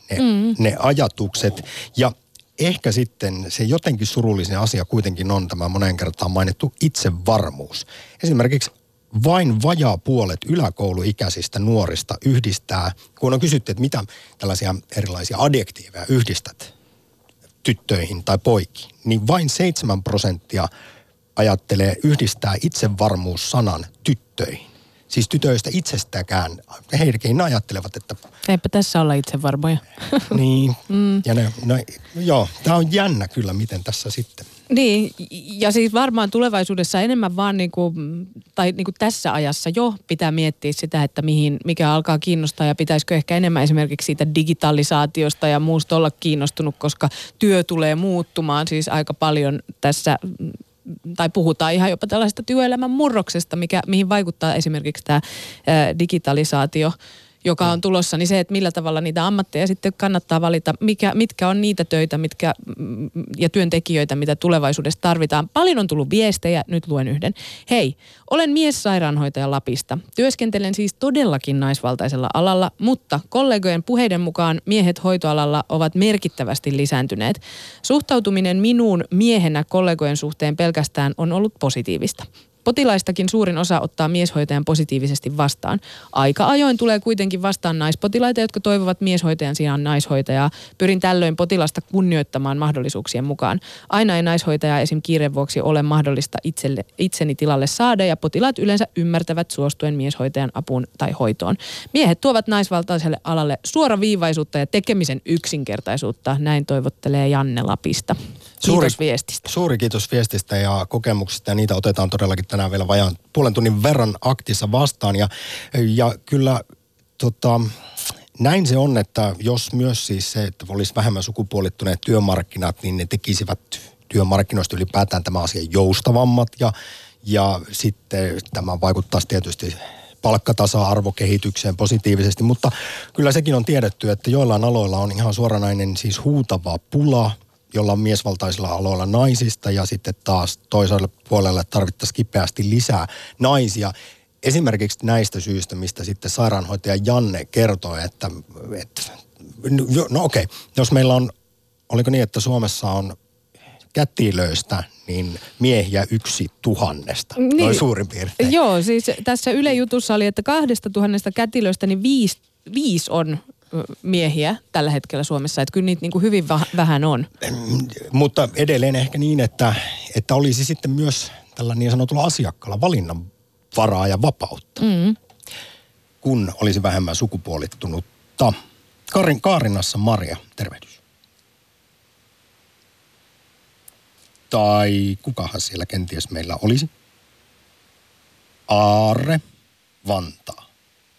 ne ajatukset. Ja ehkä sitten se jotenkin surullinen asia kuitenkin on tämä moneen kertaan mainittu itsevarmuus. Esimerkiksi vain vajaa puolet yläkouluikäisistä nuorista yhdistää, kun on kysytty, että mitä tällaisia erilaisia adjektiiveja yhdistät tyttöihin tai poikiin, niin vain 7% ajattelee yhdistää itsevarmuus-sanan tyttöihin. Siis tytöistä itsestäkään. Heidänkin ajattelevat, että
eipä tässä olla itsevarmoja.
Niin. Ja joo, tämä on jännä kyllä, miten tässä sitten.
Niin, ja siis varmaan tulevaisuudessa enemmän vaan tai tässä ajassa jo pitää miettiä sitä, että mikä alkaa kiinnostaa ja pitäisikö ehkä enemmän esimerkiksi siitä digitalisaatiosta ja muusta olla kiinnostunut, koska työ tulee muuttumaan siis aika paljon tässä, tai puhutaan ihan jopa tällaista työelämän murroksesta, mihin vaikuttaa esimerkiksi tämä digitalisaatio, joka on tulossa, niin se, että millä tavalla niitä ammatteja sitten kannattaa valita, mitkä on niitä töitä ja työntekijöitä, mitä tulevaisuudessa tarvitaan. Paljon on tullut viestejä, nyt luen yhden. Hei, olen miessairaanhoitaja Lapista. Työskentelen siis todellakin naisvaltaisella alalla, mutta kollegojen puheiden mukaan miehet hoitoalalla ovat merkittävästi lisääntyneet. Suhtautuminen minuun miehenä kollegojen suhteen pelkästään on ollut positiivista. Potilaistakin suurin osa ottaa mieshoitajan positiivisesti vastaan. Aika ajoin tulee kuitenkin vastaan naispotilaita, jotka toivovat mieshoitajan sijaan naishoitajaa. Pyrin tällöin potilasta kunnioittamaan mahdollisuuksien mukaan. Aina ei naishoitajaa esim. Kiireen vuoksi ole mahdollista itseni tilalle saada ja potilaat yleensä ymmärtävät suostuen mieshoitajan apuun tai hoitoon. Miehet tuovat naisvaltaiselle alalle suoraviivaisuutta ja tekemisen yksinkertaisuutta. Näin toivottelee Janne Lapista. Kiitos viestistä.
Suuri kiitos viestistä ja kokemuksista ja niitä otetaan todellakin tänään vielä vajaan puolen tunnin verran aktissa vastaan. Ja kyllä näin se on, että jos myös siis se, että olisi vähemmän sukupuolittuneet työmarkkinat, niin ne tekisivät työmarkkinoista ylipäätään tämä asia joustavammat ja sitten tämä vaikuttaisi tietysti palkkatasa-arvokehitykseen positiivisesti, mutta kyllä sekin on tiedetty, että joillain aloilla on ihan suoranainen siis huutava pula, jolla on miesvaltaisilla aloilla naisista ja sitten taas toiselle puolelle tarvittaisiin kipeästi lisää naisia. Esimerkiksi näistä syistä, mistä sitten sairaanhoitaja Janne kertoi, että no okei, jos meillä on, oliko niin, että Suomessa on kätilöistä, niin miehiä 1,000. Niin, noin suurin piirtein.
Joo, siis tässä Yle Jutussa oli, että 2,000 kätilöistä niin 5 on miehiä tällä hetkellä Suomessa, että kyllä niitä niin kuin hyvin vähän on.
Mutta edelleen ehkä niin, että olisi sitten myös tällä niin sanotulla asiakkaalla valinnanvaraa ja vapautta, kun olisi vähemmän sukupuolittunutta. Kaarinassa Maria, tervehdys. Tai kukahan siellä kenties meillä olisi? Aarre, Vantaa.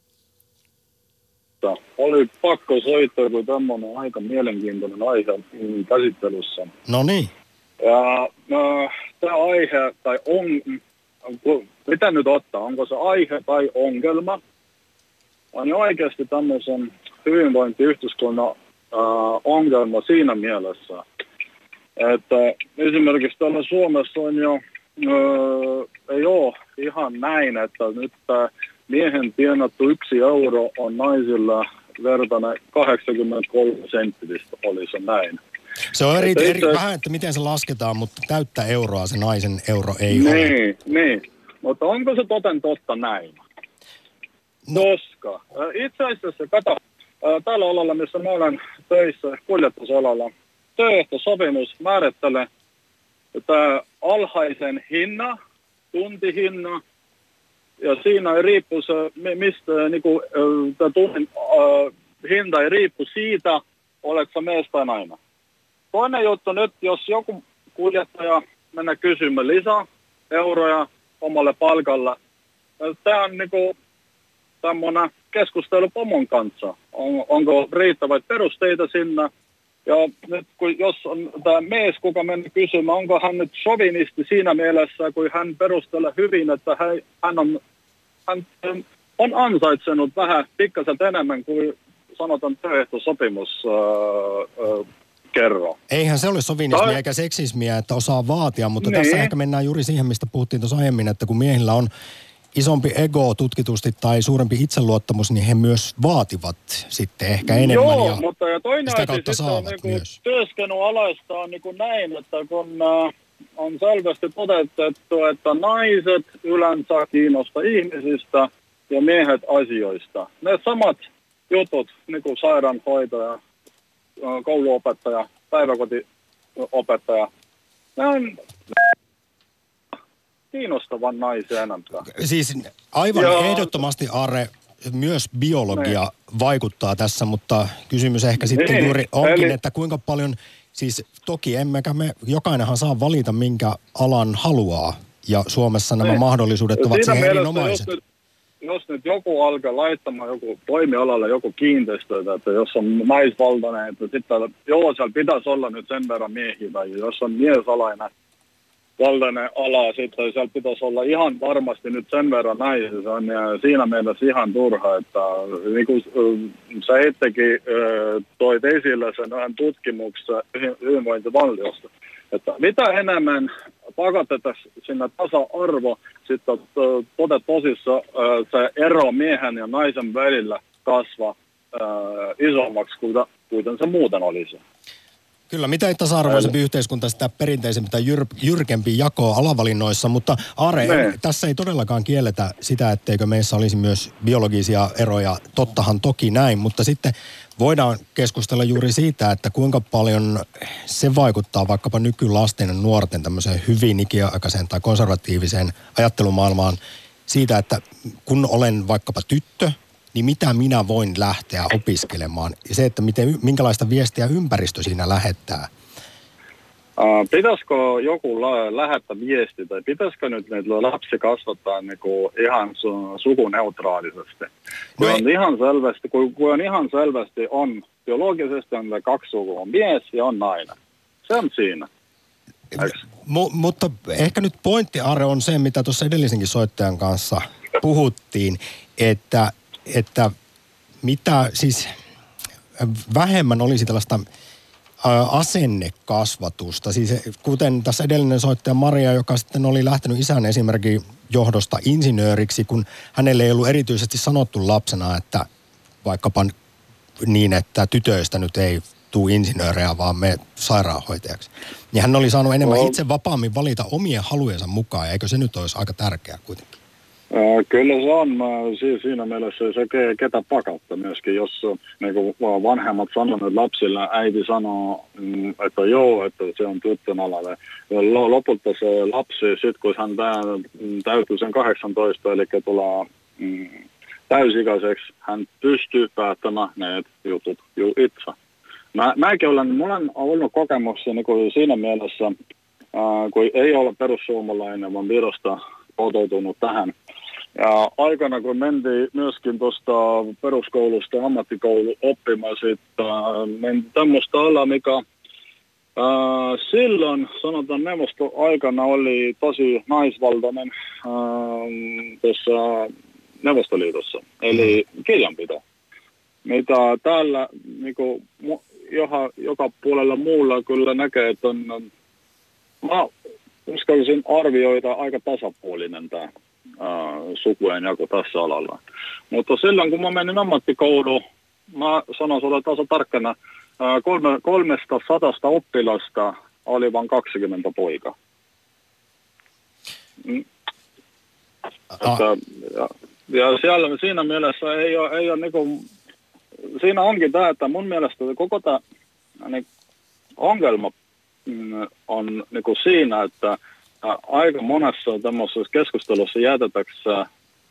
Oli pakko soittaa, kun tämmöinen aika mielenkiintoinen aihe käsittelyssä.
No niin.
Ja tämä aihe, tai mitä nyt ottaa, onko se aihe tai ongelma, on jo oikeasti tämmöisen hyvinvointiyhteiskunnan ongelma siinä mielessä, että esimerkiksi täällä Suomessa on jo, ei ole ihan näin, että nyt miehen tienattu 1 euro on naisilla vertainen 83 senttistä, oli se näin.
Se on eri vähän, että miten se lasketaan, mutta täyttä euroa se naisen euro ei ole.
Niin, mutta onko se totta näin? No. Koska itse asiassa, kato, tällä alalla, missä mä olen töissä, kuljetusalalla, työehtosopimus määrittelee tämä alhaisen hinnan, tuntihinnan, ja siinä ei riippu se, mistä niinku, tämä tunnin hinta ei riippu siitä, oletko mies tai nainen. Toinen juttu nyt, jos joku kuljettaja menee kysymään lisää euroja omalle palkalle, tämä on niinku tämmöinen keskustelu pomon kanssa. Onko riittävät perusteita sinne? Ja nyt jos on tämä mies, kuka menee kysymään, onko hän nyt sovinisti siinä mielessä, kun hän perustelee hyvin, että hän on ansaitsenut vähän pikkasen enemmän kuin sanotaan työehtosopimus kerro.
Eihän se ole sovinismia eikä seksismiä, että osaa vaatia, mutta tässä ehkä mennään juuri siihen, mistä puhuttiin tuossa aiemmin, että kun miehillä on isompi ego tutkitusti tai suurempi itseluottamus, niin he myös vaativat sitten ehkä enemmän.
Joo, mutta ja toinen asia sitten on niin työskennysalaista on niin kuin näin, että kun on selvästi todettu, että naiset yleensä kiinnostaa ihmisistä ja miehet asioista. Ne samat jutut, niin kuin sairaanhoitaja, kouluopettaja, päiväkotiopettaja, ne on kiinnostavan naisen enempää.
Siis aivan ehdottomasti, Aarre, myös biologia vaikuttaa tässä, mutta kysymys ehkä sitten juuri onkin, että kuinka paljon, siis toki emmekä me, jokainenhan saa valita minkä alan haluaa, ja Suomessa nämä mahdollisuudet ovat siihen erinomaiset.
Jos nyt joku alkaa laittamaan joku toimialalle joku kiinteistöitä, että jos on naisvaltainen, että sitten siellä pitäisi olla nyt sen verran miehiä, tai jos on miesalainen valtainen ala, sitten siellä pitäisi olla ihan varmasti nyt sen verran naisia, ja siinä mielessä ihan turha, että niin kuin sä itsekin toit esille sen vähän tutkimuksessa hyvinvointivaltiosta, että mitä enemmän pakotetaan sinne tasa-arvo, sitten tosissaan se ero miehen ja naisen välillä kasvaa isommaksi, kuten se muuten olisi.
Kyllä, mitä ei tasa-arvoisempi yhteiskunta, sitä perinteisempi tai jyrkempi jako alavalinnoissa, mutta Aare, tässä ei todellakaan kielletä sitä, etteikö meissä olisi myös biologisia eroja, tottahan toki näin, mutta sitten voidaan keskustella juuri siitä, että kuinka paljon se vaikuttaa vaikkapa nykylasten ja nuorten tämmöiseen hyvin ikiaikaiseen tai konservatiiviseen ajattelumaailmaan siitä, että kun olen vaikkapa tyttö, niin mitä minä voin lähteä opiskelemaan? Ja se, että minkälaista viestiä ympäristö siinä lähettää?
Pitäisikö joku lähettää viesti, tai pitäisikö nyt lapsi kasvattaa niinku ihan sukuneutraalisesti? Kun on ihan selvästi on, biologisesti on kaksi sukua, on mies ja on nainen. Se on siinä.
Mutta ehkä nyt pointti, Aare, on se, mitä tuossa edellisenkin soittajan kanssa puhuttiin, että mitä siis vähemmän olisi tällaista asennekasvatusta. Siis kuten tässä edellinen soittaja Maria, joka sitten oli lähtenyt isän esimerkin johdosta insinööriksi, kun hänelle ei ollut erityisesti sanottu lapsena, että vaikkapa niin, että tytöistä nyt ei tule insinöörejä, vaan me sairaanhoitajaksi. Ja hän oli saanut enemmän itse vapaammin valita omien halujensa mukaan, ja eikö se nyt olisi aika tärkeää kuitenkin?
Kyllä se on. Siinä mielessä se ketä pakottaa myöskin, jos niin vanhemmat sanoo lapsille, äiti sanoo, että joo, että se on tyttön alalle. Lopulta se lapsi, sitten kun hän täytyy sen 18, eli tulee täysikäiseksi, hän pystyy päättämään ne jutut itse. Mulla on ollut kokemuksia niin siinä mielessä, kun ei ole perussuomalainen, vaan Virosta kotoutunut tähän. Ja aikana, kun mentiin myöskin tuosta peruskoulusta ammattikoulu oppimaan, mentiin tämmöistä alaa, mikä silloin, sanotaan neuvostoaikana, oli tosi naisvaltainen tuossa Neuvostoliitossa, eli kirjanpito. Mitä täällä niinku, joka puolella muulla kyllä näkee, että mä uskallisin arvioida aika tasapuolinen tämä sukujen jako tässä alalla. Mutta silloin kun mä menin ammattikouluun, mä sanon sulle taas tarkkana, 300 oppilasta oli vain 20 poikaa. Ja siellä siinä mielessä ei ole niinku, siinä onkin tämä, että mun mielestä koko tämä niin, ongelma on niinku siinä, että aika monessa tämmöisessä keskustelussa jätetäksä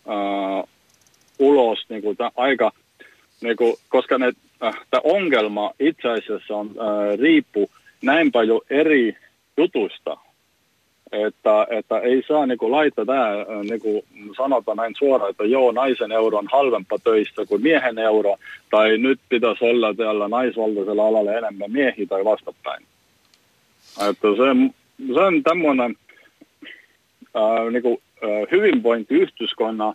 ulos niinku, aika, niinku, koska tämä ongelma itse asiassa on riippuu näin paljon eri jutuista, että ei saa niinku laittaa tämä, niinku sanota näin suoraan, että joo, naisen euro on halvempa töistä kuin miehen euro, tai nyt pitäisi olla täällä naisvaltaisella alalla enemmän miehiä tai vastapäin. Että se on tämmöinen niinku, hyvinvointiyhteiskunnan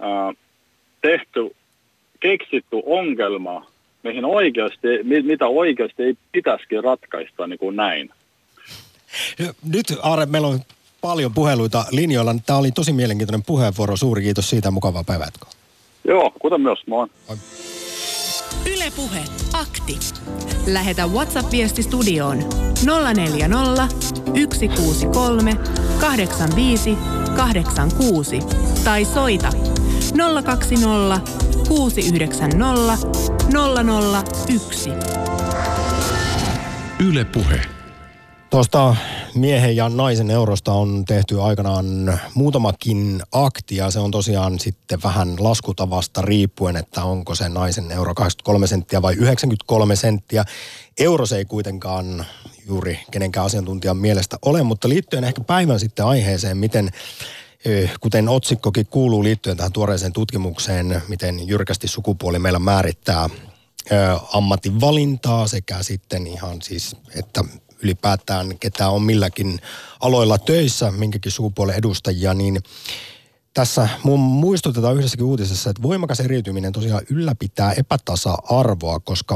keksitty ongelma, mitä oikeasti ei pitäisikin ratkaista niin kuin näin.
Nyt, Aare, meillä on paljon puheluita linjoilla. Tämä oli tosi mielenkiintoinen puheenvuoro. Suuri kiitos siitä. Mukavaa päiväätkö.
Joo, kuten myös. Moi.
Yle Puhe. Akti. Lähetä WhatsApp-viesti studioon 040 163 85 86 tai soita 020 690 001.
Yle Puhe.
Tuosta miehen ja naisen eurosta on tehty aikanaan muutamakin akti ja se on tosiaan sitten vähän laskutavasta riippuen, että onko se naisen euro 83 senttiä vai 93 senttiä. Euro se ei kuitenkaan juuri kenenkään asiantuntijan mielestä ole, mutta liittyen ehkä päivän sitten aiheeseen, miten kuten otsikkokin kuuluu liittyen tähän tuoreeseen tutkimukseen, miten jyrkästi sukupuoli meillä määrittää ammatin valintaa sekä sitten ihan siis, että ylipäätään ketä on milläkin aloilla töissä, minkäkin sukupuolen edustajia, niin tässä muistutetaan yhdessäkin uutisessa, että voimakas eriytyminen tosiaan ylläpitää epätasa-arvoa, koska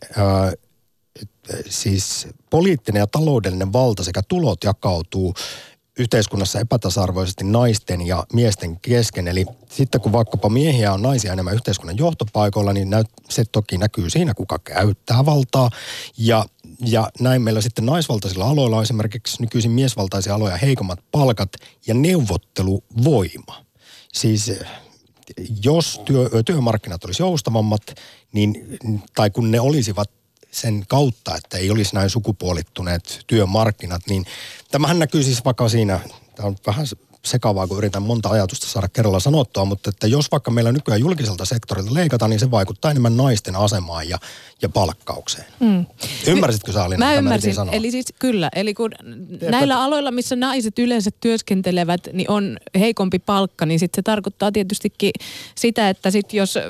siis poliittinen ja taloudellinen valta sekä tulot jakautuu yhteiskunnassa epätasa-arvoisesti naisten ja miesten kesken. Eli sitten kun vaikkapa miehiä on naisia enemmän yhteiskunnan johtopaikoilla, niin se toki näkyy siinä, kuka käyttää valtaa. Ja Ja näin meillä sitten naisvaltaisilla aloilla on esimerkiksi nykyisin miesvaltaisia aloja heikommat palkat ja neuvotteluvoima. Siis jos työmarkkinat olisi joustavammat, niin, tai kun ne olisivat sen kautta, että ei olisi näin sukupuolittuneet työmarkkinat, niin tämähän näkyy siis vaikka siinä, tämä on vähän sekavaa, kun yritän monta ajatusta saada kerralla sanottua, mutta että jos vaikka meillä nykyään julkiselta sektorilta leikataan, niin se vaikuttaa enemmän naisten asemaan ja palkkaukseen. Ymmärsitkö sä, Alina?
Mä ymmärsin, eli siis kyllä, eli kun näillä aloilla, missä naiset yleensä työskentelevät, niin on heikompi palkka, niin sitten se tarkoittaa tietystikin sitä, että sitten jos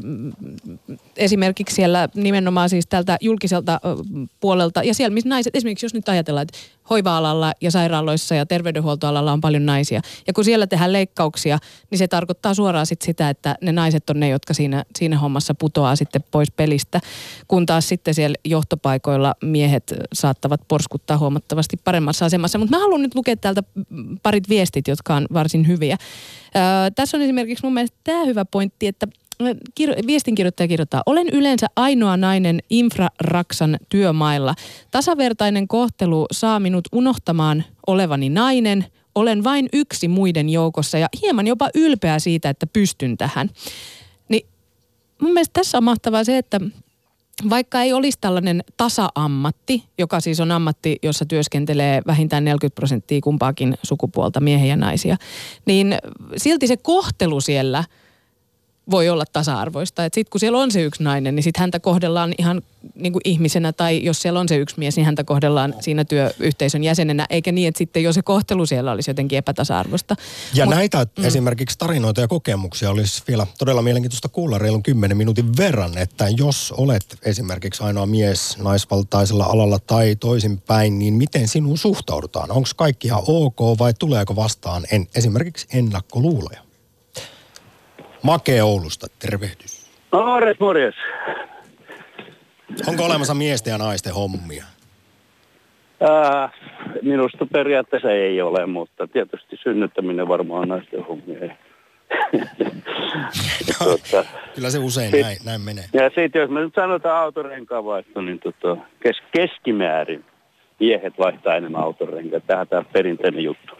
esimerkiksi siellä nimenomaan siis tältä julkiselta puolelta, ja siellä missä naiset, esimerkiksi jos nyt ajatellaan, että hoiva-alalla ja sairaaloissa ja terveydenhuoltoalalla on paljon naisia. Ja kun siellä tehdään leikkauksia, niin se tarkoittaa suoraan sit sitä, että ne naiset on ne, jotka siinä hommassa putoaa sitten pois pelistä. Kun taas sitten siellä johtopaikoilla miehet saattavat porskuttaa huomattavasti paremmassa asemassa. Mutta mä haluan nyt lukea täältä parit viestit, jotka on varsin hyviä. Tässä on esimerkiksi mun mielestä tämä hyvä pointti, että viestinkirjoittaja kirjoittaa, olen yleensä ainoa nainen infraraksan työmailla. Tasavertainen kohtelu saa minut unohtamaan olevani nainen. Olen vain yksi muiden joukossa ja hieman jopa ylpeä siitä, että pystyn tähän. Niin mun mielestä tässä on mahtavaa se, että vaikka ei olisi tällainen tasa-ammatti, joka siis on ammatti, jossa työskentelee vähintään 40% kumpaakin sukupuolta, miehiä ja naisia, niin silti se kohtelu siellä voi olla tasa-arvoista. Että sitten kun siellä on se yksi nainen, niin sitten häntä kohdellaan ihan niin kuin ihmisenä, tai jos siellä on se yksi mies, niin häntä kohdellaan siinä työyhteisön jäsenenä, eikä niin, että sitten jo se kohtelu siellä olisi jotenkin epätasa-arvoista.
Ja näitä esimerkiksi tarinoita ja kokemuksia olisi vielä todella mielenkiintoista kuulla reilun 10 minuutin verran, että jos olet esimerkiksi ainoa mies naisvaltaisella alalla tai toisinpäin, niin miten sinuun suhtaudutaan? Onko kaikki ihan ok vai tuleeko vastaan esimerkiksi ennakkoluuloja? Make Oulusta, tervehdys.
Morjes.
Onko olemassa miesten ja naisten hommia?
Minusta periaatteessa ei ole, mutta tietysti synnyttäminen varmaan on naisten hommia.
Kyllä se usein näin menee.
Ja sitten jos me nyt sanotaan autorenkaavaihto, niin keskimäärin miehet vaihtaa enemmän autorenkaa. Tämähän tämä perinteinen juttu.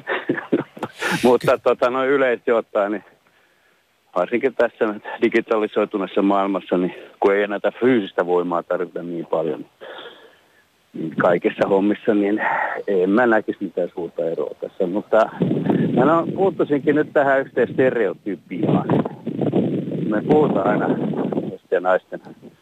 Mutta noin yleisesti ottaen, niin varsinkin tässä digitalisoituneessa maailmassa, niin kun ei enää fyysistä voimaa tarvita niin paljon, niin kaikissa hommissa, niin en mä näkisi mitään suurta eroa tässä. Mutta mä puuttuisinkin nyt tähän yhteen stereotypiaan. Me puhutaan aina miesten ja naisten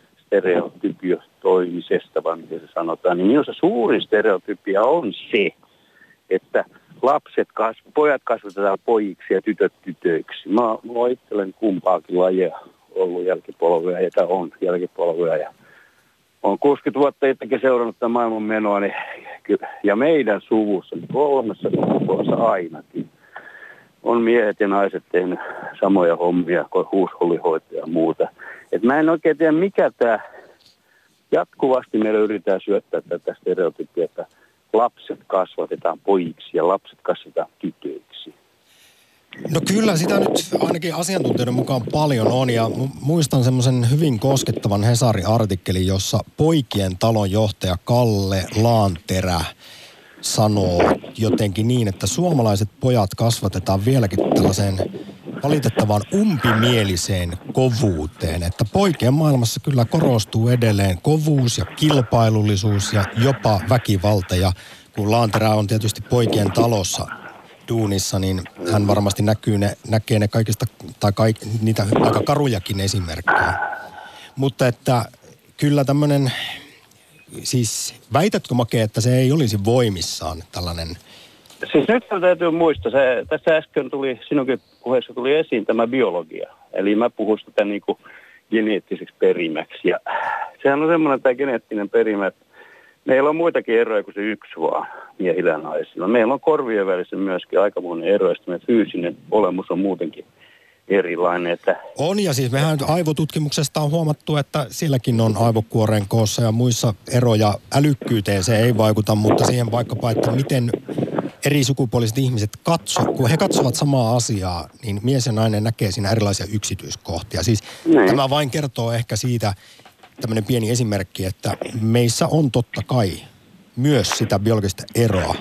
stereotypiotoimisesta, vaan miten se sanotaan. Niin minusta suurin stereotypia on se, että pojat kasvatetaan pojiksi ja tytöt tytöiksi. Mä oon itselleni kumpaakin lajia ollut jälkipolvea, joka on jälkipolvea. Ja olen 60 vuotta itsekin seurannut tämän maailman menoa, niin, ja meidän suvussa, 3 sukupuolessa ainakin, on miehet ja naiset tehnyt samoja hommia kuin huushollihoitaja ja muuta. Et mä en oikein tiedä, mikä tämä jatkuvasti meillä yritetään syöttää tätä stereotypia, että lapset kasvatetaan pojiksi ja lapset kasvatetaan tytöiksi.
No kyllä sitä nyt ainakin asiantuntijoiden mukaan paljon on ja muistan semmoisen hyvin koskettavan Hesari-artikkelin, jossa poikien talon johtaja Kalle Laanterä sanoo jotenkin niin, että suomalaiset pojat kasvatetaan vieläkin tällaiseen valitettavan umpimieliseen kovuuteen, että poikien maailmassa kyllä korostuu edelleen kovuus ja kilpailullisuus ja jopa väkivalta ja kun Laanterä on tietysti poikien talossa duunissa, niin hän varmasti näkee ne kaikista, tai niitä aika karujakin esimerkkejä. Mutta että kyllä tämmöinen, siis väitätkö Make, että se ei olisi voimissaan tällainen?
Siis nyt täytyy muistaa, tässä äsken sinunkin puheessa tuli esiin tämä biologia. Eli mä puhun sitä niin kuin geneettiseksi perimäksi. Ja sehän on semmoinen tämä geneettinen perimä, että meillä on muitakin eroja kuin se yksi vaan miehillä ja naisilla. Meillä on korvien välissä myöskin aikamoinen ero, ja meidän fyysinen olemus on muutenkin erilainen. Että
on, ja siis mehän aivotutkimuksesta on huomattu, että silläkin on aivokuoreen koossa ja muissa eroja. Älykkyyteen se ei vaikuta, mutta siihen vaikkapa, että miten eri sukupuoliset ihmiset kun he katsovat samaa asiaa, niin mies ja nainen näkee siinä erilaisia yksityiskohtia. Siis tämä vain kertoo ehkä siitä tämmöinen pieni esimerkki, että meissä on totta kai myös sitä biologista eroa.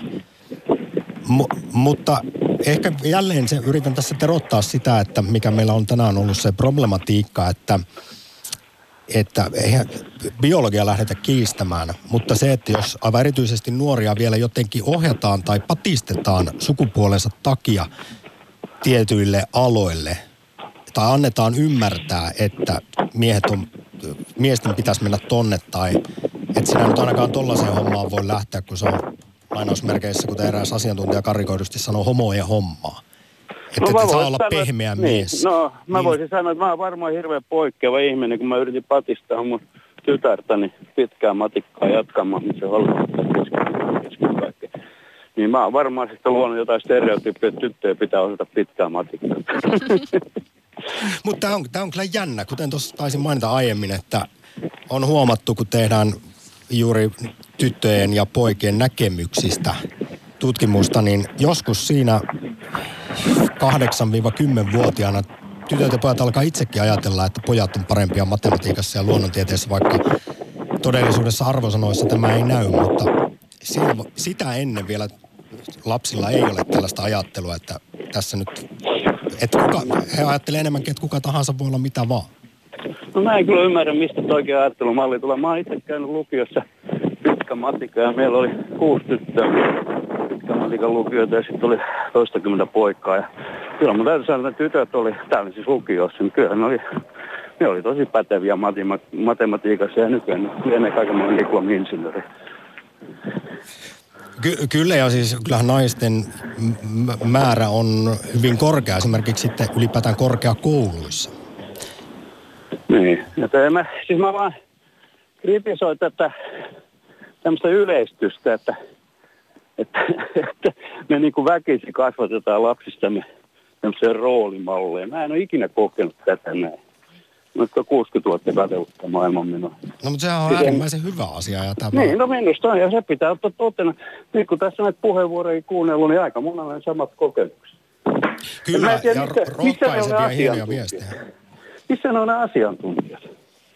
Mutta ehkä jälleen yritän tässä terottaa sitä, että mikä meillä on tänään ollut se problematiikka, että eihän biologia lähdetä kiistämään, mutta se, että jos aivan erityisesti nuoria vielä jotenkin ohjataan tai patistetaan sukupuolensa takia tietyille aloille, tai annetaan ymmärtää, että miesten pitäisi mennä tonne, tai että sinä nyt ainakaan tollaiseen hommaan voi lähteä, kun se on lainausmerkeissä, kuten eräs asiantuntija karrikoidusti sanoo, homojen hommaa. Että et saa olla pehmeä mies.
No, mä voisin sanoa, että mä oon varmaan hirveän poikkeava ihminen, kun mä yritin patistaa mun tytärtäni pitkää matikkaa jatkamaan, missä valmistaa kesken kaikkea. Niin mä oon varmaan sitten luonut jotain stereotyyppiä, että tyttöjä pitää osata pitkää matikkaa.
Mutta tämä on kyllä jännä, kuten tuossa taisin mainita aiemmin, että on huomattu, kun tehdään juuri tyttöjen ja poikien näkemyksistä tutkimusta, niin joskus siinä 8-10-vuotiaana tytöt ja pojat alkaa itsekin ajatella, että pojat on parempia matematiikassa ja luonnontieteessä, vaikka todellisuudessa arvosanoissa tämä ei näy, mutta sitä ennen vielä lapsilla ei ole tällaista ajattelua, että tässä nyt, että he ajattelee enemmänkin, että kuka tahansa voi olla mitä vaan.
No mä en kyllä ymmärrä, mistä oikea ajattelumalli tulee. Mä oon itse käynyt lukiossa pitkä matikka ja meillä oli 6 tyttöä pitkä matikan lukioita ja sitten oli 20 poikaa. Ja kyllä mun täytyy sanoa, että tytöt oli täällä siis lukiossa, niin kyllä ne oli tosi päteviä matematiikassa ja nykyään lienee kaikenlainen diplomi-insinööri.
Kyllä, ja siis kyllähän naisten määrä on hyvin korkea, esimerkiksi sitten ylipäätään korkeakouluissa.
Niin, ja mä vaan kritisoin tätä tämmöistä yleistystä, että me niin kuin väkisin kasvatetaan lapsistamme tämmöiseen roolimalleen. Mä en ole ikinä kokenut tätä näin. Mä oon 60 vuotta katsellut maailman minua.
No mutta sehän on äärimmäisen hyvä asia. Ja tämä...
Niin, no minusta on, ja se pitää ottaa totena. Nyt kun tässä näitä puheenvuoroja kuunnellut, niin aika monella on samat kokemukset.
Kyllä, ja rohkaisevia hienoja viestejä.
Missä ne on ne asiantuntijat?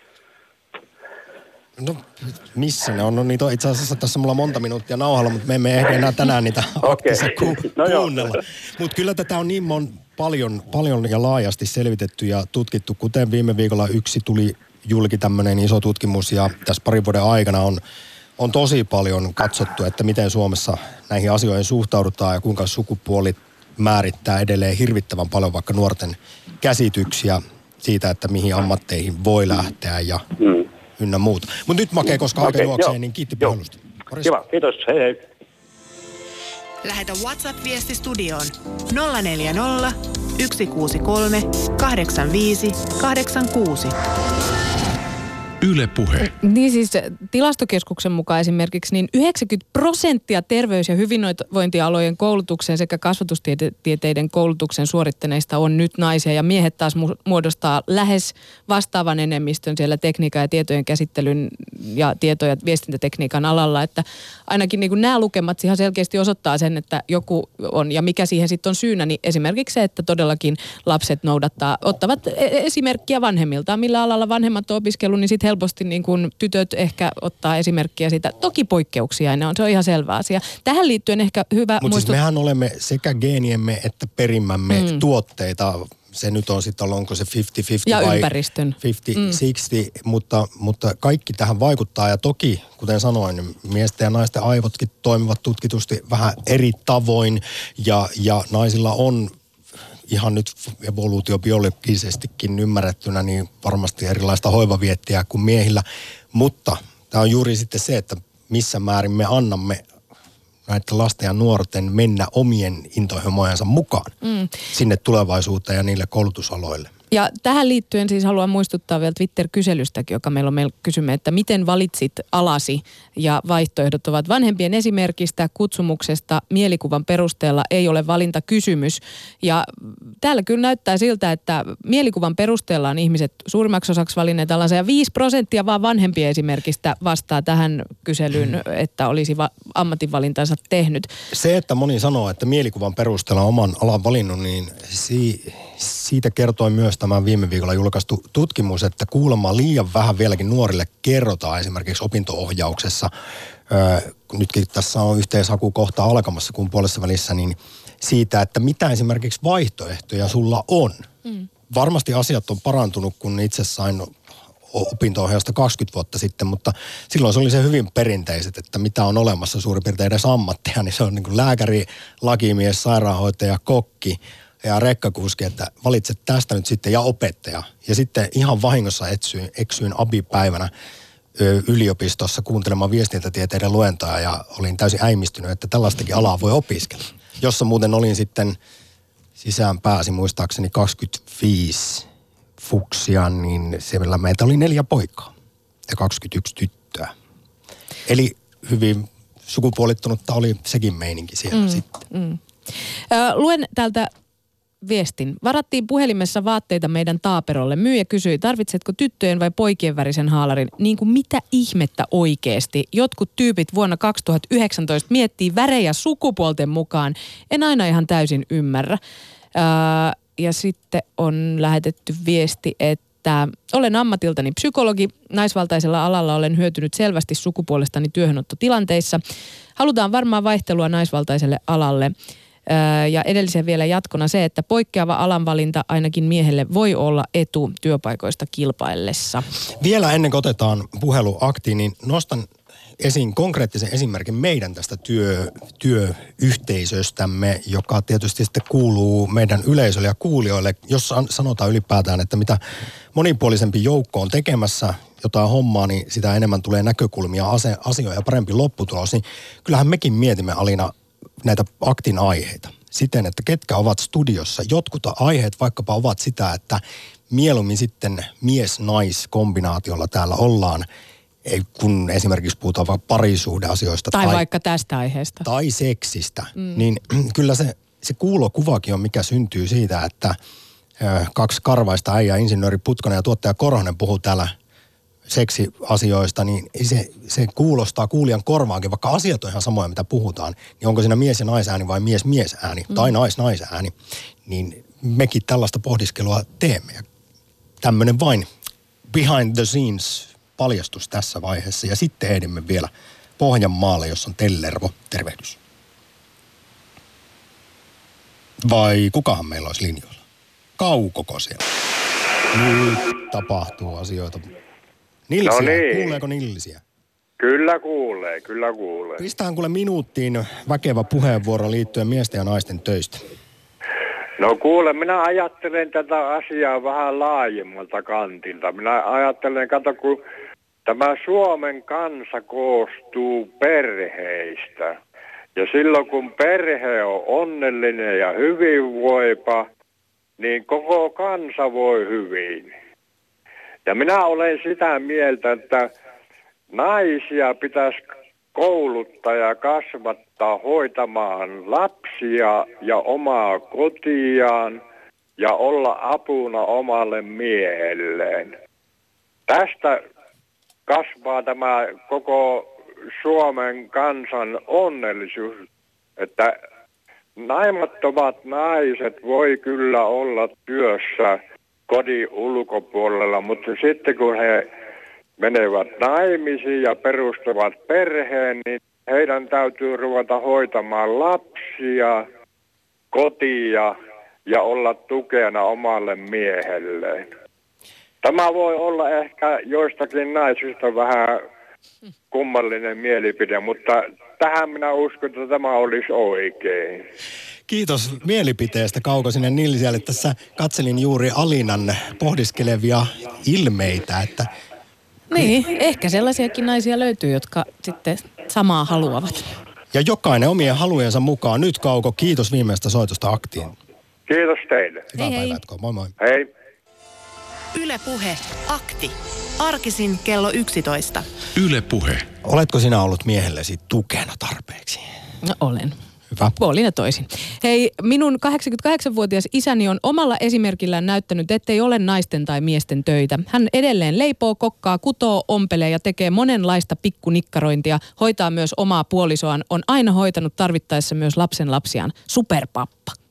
No, missä ne on? No niitä on itse asiassa tässä mulla monta minuuttia nauhalla, mutta me emme ehdi enää tänään niitä aktissa kuunnella. Mutta kyllä tätä on niin paljon ja laajasti selvitetty ja tutkittu, kuten viime viikolla yksi tuli julki tämmöinen iso tutkimus ja tässä parin vuoden aikana on tosi paljon katsottu, että miten Suomessa näihin asioihin suhtaudutaan ja kuinka sukupuoli määrittää edelleen hirvittävän paljon vaikka nuorten käsityksiä siitä, että mihin ammatteihin voi lähteä ja ynnä muuta. Mutta nyt Make, koska aika juoksee, niin kiitti puhelusta.
Kiva, kiitos. Hei hei.
Lähetä WhatsApp-viesti studioon 040 163 85 86.
Yle Puhe.
Niin siis Tilastokeskuksen mukaan esimerkiksi niin 90% terveys- ja hyvinvointialojen koulutuksen sekä kasvatustieteiden koulutuksen suorittaneista on nyt naisia ja miehet taas muodostaa lähes vastaavan enemmistön siellä tekniikan ja tietojen käsittelyn ja tieto- ja viestintätekniikan alalla, että ainakin niin kuin nämä lukemat ihan selkeästi osoittaa sen, että joku on ja mikä siihen sitten on syynä, niin esimerkiksi se, että todellakin lapset ottavat esimerkkiä vanhemmiltaan, millä alalla vanhemmat on opiskellut, niin sitten helposti niin kuin tytöt ehkä ottaa esimerkkiä siitä. Toki poikkeuksia se on ihan selvä asia. Tähän liittyen ehkä hyvä
Mutta siis mehän olemme sekä geeniemme että perimämme tuotteita. Se nyt on sitten, onko se 50-50
ja
vai
ympäristön.
50-60, mutta kaikki tähän vaikuttaa. Ja toki, kuten sanoin, miesten ja naisten aivotkin toimivat tutkitusti vähän eri tavoin. Ja naisilla on ihan nyt evoluutiobiologisestikin ymmärrettynä niin varmasti erilaista hoivaviettiä kuin miehillä. Mutta tämä on juuri sitten se, että missä määrin me annamme näiden lasten ja nuorten mennä omien intohimojensa mukaan sinne tulevaisuuteen ja niille koulutusaloille.
Ja tähän liittyen siis haluan muistuttaa vielä Twitter-kyselystäkin, joka meillä kysymme, että miten valitsit alasi, ja vaihtoehdot ovat vanhempien esimerkistä, kutsumuksesta, mielikuvan perusteella ei ole valintakysymys. Ja täällä kyllä näyttää siltä, että mielikuvan perusteella on ihmiset suurimmaksi osaksi valinneet alansa, ja 5% vaan vanhempien esimerkistä vastaa tähän kyselyyn, että olisi ammatinvalintansa tehnyt.
Se, että moni sanoo, että mielikuvan perusteella oman alan valinnut, niin siitä kertoi myös tämä viime viikolla julkaistu tutkimus, että kuulemma liian vähän vieläkin nuorille kerrotaan esimerkiksi opinto-ohjauksessa. Nytkin tässä on yhteishakukohta alkamassa kuun puolessa välissä, niin siitä, että mitä esimerkiksi vaihtoehtoja sulla on. Varmasti asiat on parantunut, kun itse sain opinto-ohjausta 20 vuotta sitten, mutta silloin se oli se hyvin perinteiset, että mitä on olemassa suurin piirtein edes ammattia, niin se on niin kuin lääkäri, lakimies, sairaanhoitaja, kokki ja rekkakuski, että valitset tästä nyt sitten ja opettaja. Ja sitten ihan vahingossa eksyin abipäivänä yliopistossa kuuntelemaan viestintätieteiden luentoa ja olin täysin äimistynyt, että tällaistakin alaa voi opiskella. Jossa muuten olin sitten sisään pääsi muistaakseni 25 fuksia, niin siellä meitä oli 4 poikaa ja 21 tyttöä. Eli hyvin sukupuolittunutta oli sekin meininki siellä sitten.
Luen täältä viestin. Varattiin puhelimessa vaatteita meidän taaperolle. Myyjä kysyi, tarvitsetko tyttöjen vai poikien värisen haalarin? Niin kuin mitä ihmettä oikeasti? Jotkut tyypit vuonna 2019 miettii värejä sukupuolten mukaan. En aina ihan täysin ymmärrä. Ja sitten on lähetetty viesti, että olen ammatiltani psykologi. Naisvaltaisella alalla olen hyötynyt selvästi sukupuolestani työhönottotilanteissa. Halutaan varmaan vaihtelua naisvaltaiselle alalle. Ja edelliseen vielä jatkona se, että poikkeava alanvalinta ainakin miehelle voi olla etu työpaikoista kilpaillessa.
Vielä ennen kuin otetaan puhelu aktiin, niin nostan esiin konkreettisen esimerkin meidän tästä työyhteisöstämme, joka tietysti sitten kuuluu meidän yleisölle ja kuulijoille, jos sanotaan ylipäätään, että mitä monipuolisempi joukko on tekemässä jotain hommaa, niin sitä enemmän tulee näkökulmia, asioita ja parempi lopputulos, niin kyllähän mekin mietimme Alina näitä aktin aiheita siten, että ketkä ovat studiossa. Jotkut aiheet vaikkapa ovat sitä, että mieluummin sitten mies-nais-kombinaatiolla täällä ollaan, kun esimerkiksi puhutaan vaikka parisuhdeasioista.
Tai vaikka tästä aiheesta.
Tai seksistä. Niin kyllä se kuulokuvakin on, mikä syntyy siitä, että 2 karvaista äijää, insinööri Putkonen ja tuottaja Korhonen puhuu täällä seksiasioista, niin se kuulostaa kuulijan korvaankin, vaikka asiat on ihan samoja, mitä puhutaan, niin onko siinä mies- ja naisääni vai mies-miesääni tai nais-naisääni, niin mekin tällaista pohdiskelua teemme. Ja tämmöinen vain behind the scenes paljastus tässä vaiheessa. Ja sitten ehdimme vielä Pohjanmaalle, jossa on Tellervo. Tervehdys. Vai kukahan meillä olisi linjoilla? Kaukoko siellä? Nyt tapahtuu asioita. Nilsiä, no niin. Kuuleeko Nilsiä?
Kyllä kuulee.
Pistetään kuule minuuttiin väkevä puheenvuoro liittyen miesten ja naisten töistä.
No kuule, minä ajattelen tätä asiaa vähän laajemmalta kantilta. Minä ajattelen, kato kun tämä Suomen kansa koostuu perheistä. Ja silloin kun perhe on onnellinen ja hyvinvoipa, niin koko kansa voi hyvin. Ja minä olen sitä mieltä, että naisia pitäisi kouluttaa ja kasvattaa hoitamaan lapsia ja omaa kotiaan ja olla apuna omalle miehelleen. Tästä kasvaa tämä koko Suomen kansan onnellisuus, että naimattomat naiset voi kyllä olla työssä kodin ulkopuolella, mutta sitten kun he menevät naimisiin ja perustavat perheen, niin heidän täytyy ruveta hoitamaan lapsia, kotia ja olla tukena omalle miehelleen. Tämä voi olla ehkä joistakin naisista vähän kummallinen mielipide, mutta tähän minä uskon, että tämä olisi oikein.
Kiitos mielipiteestä Kauko sinne Nilsiälle. Tässä katselin juuri Alinan pohdiskelevia ilmeitä, että
niin, ehkä sellaisiakin naisia löytyy, jotka sitten samaa haluavat.
Ja jokainen omien halujensa mukaan. Nyt Kauko, kiitos viimeistä soitosta aktiin.
Kiitos teille.
Hyvää päivää jatkoa. Moi moi.
Hei.
Yle Puhe, akti. Arkisin kello 11.
Yle Puhe.
Oletko sinä ollut miehellesi tukena tarpeeksi?
No olen.
Hyvä.
Puolin ja toisin. Hei, minun 88-vuotias isäni on omalla esimerkillään näyttänyt, ettei ole naisten tai miesten töitä. Hän edelleen leipoo, kokkaa, kutoo, ompelee ja tekee monenlaista pikkunikkarointia. Hoitaa myös omaa puolisoaan. On aina hoitanut tarvittaessa myös lapsen lapsiaan. Superpappa.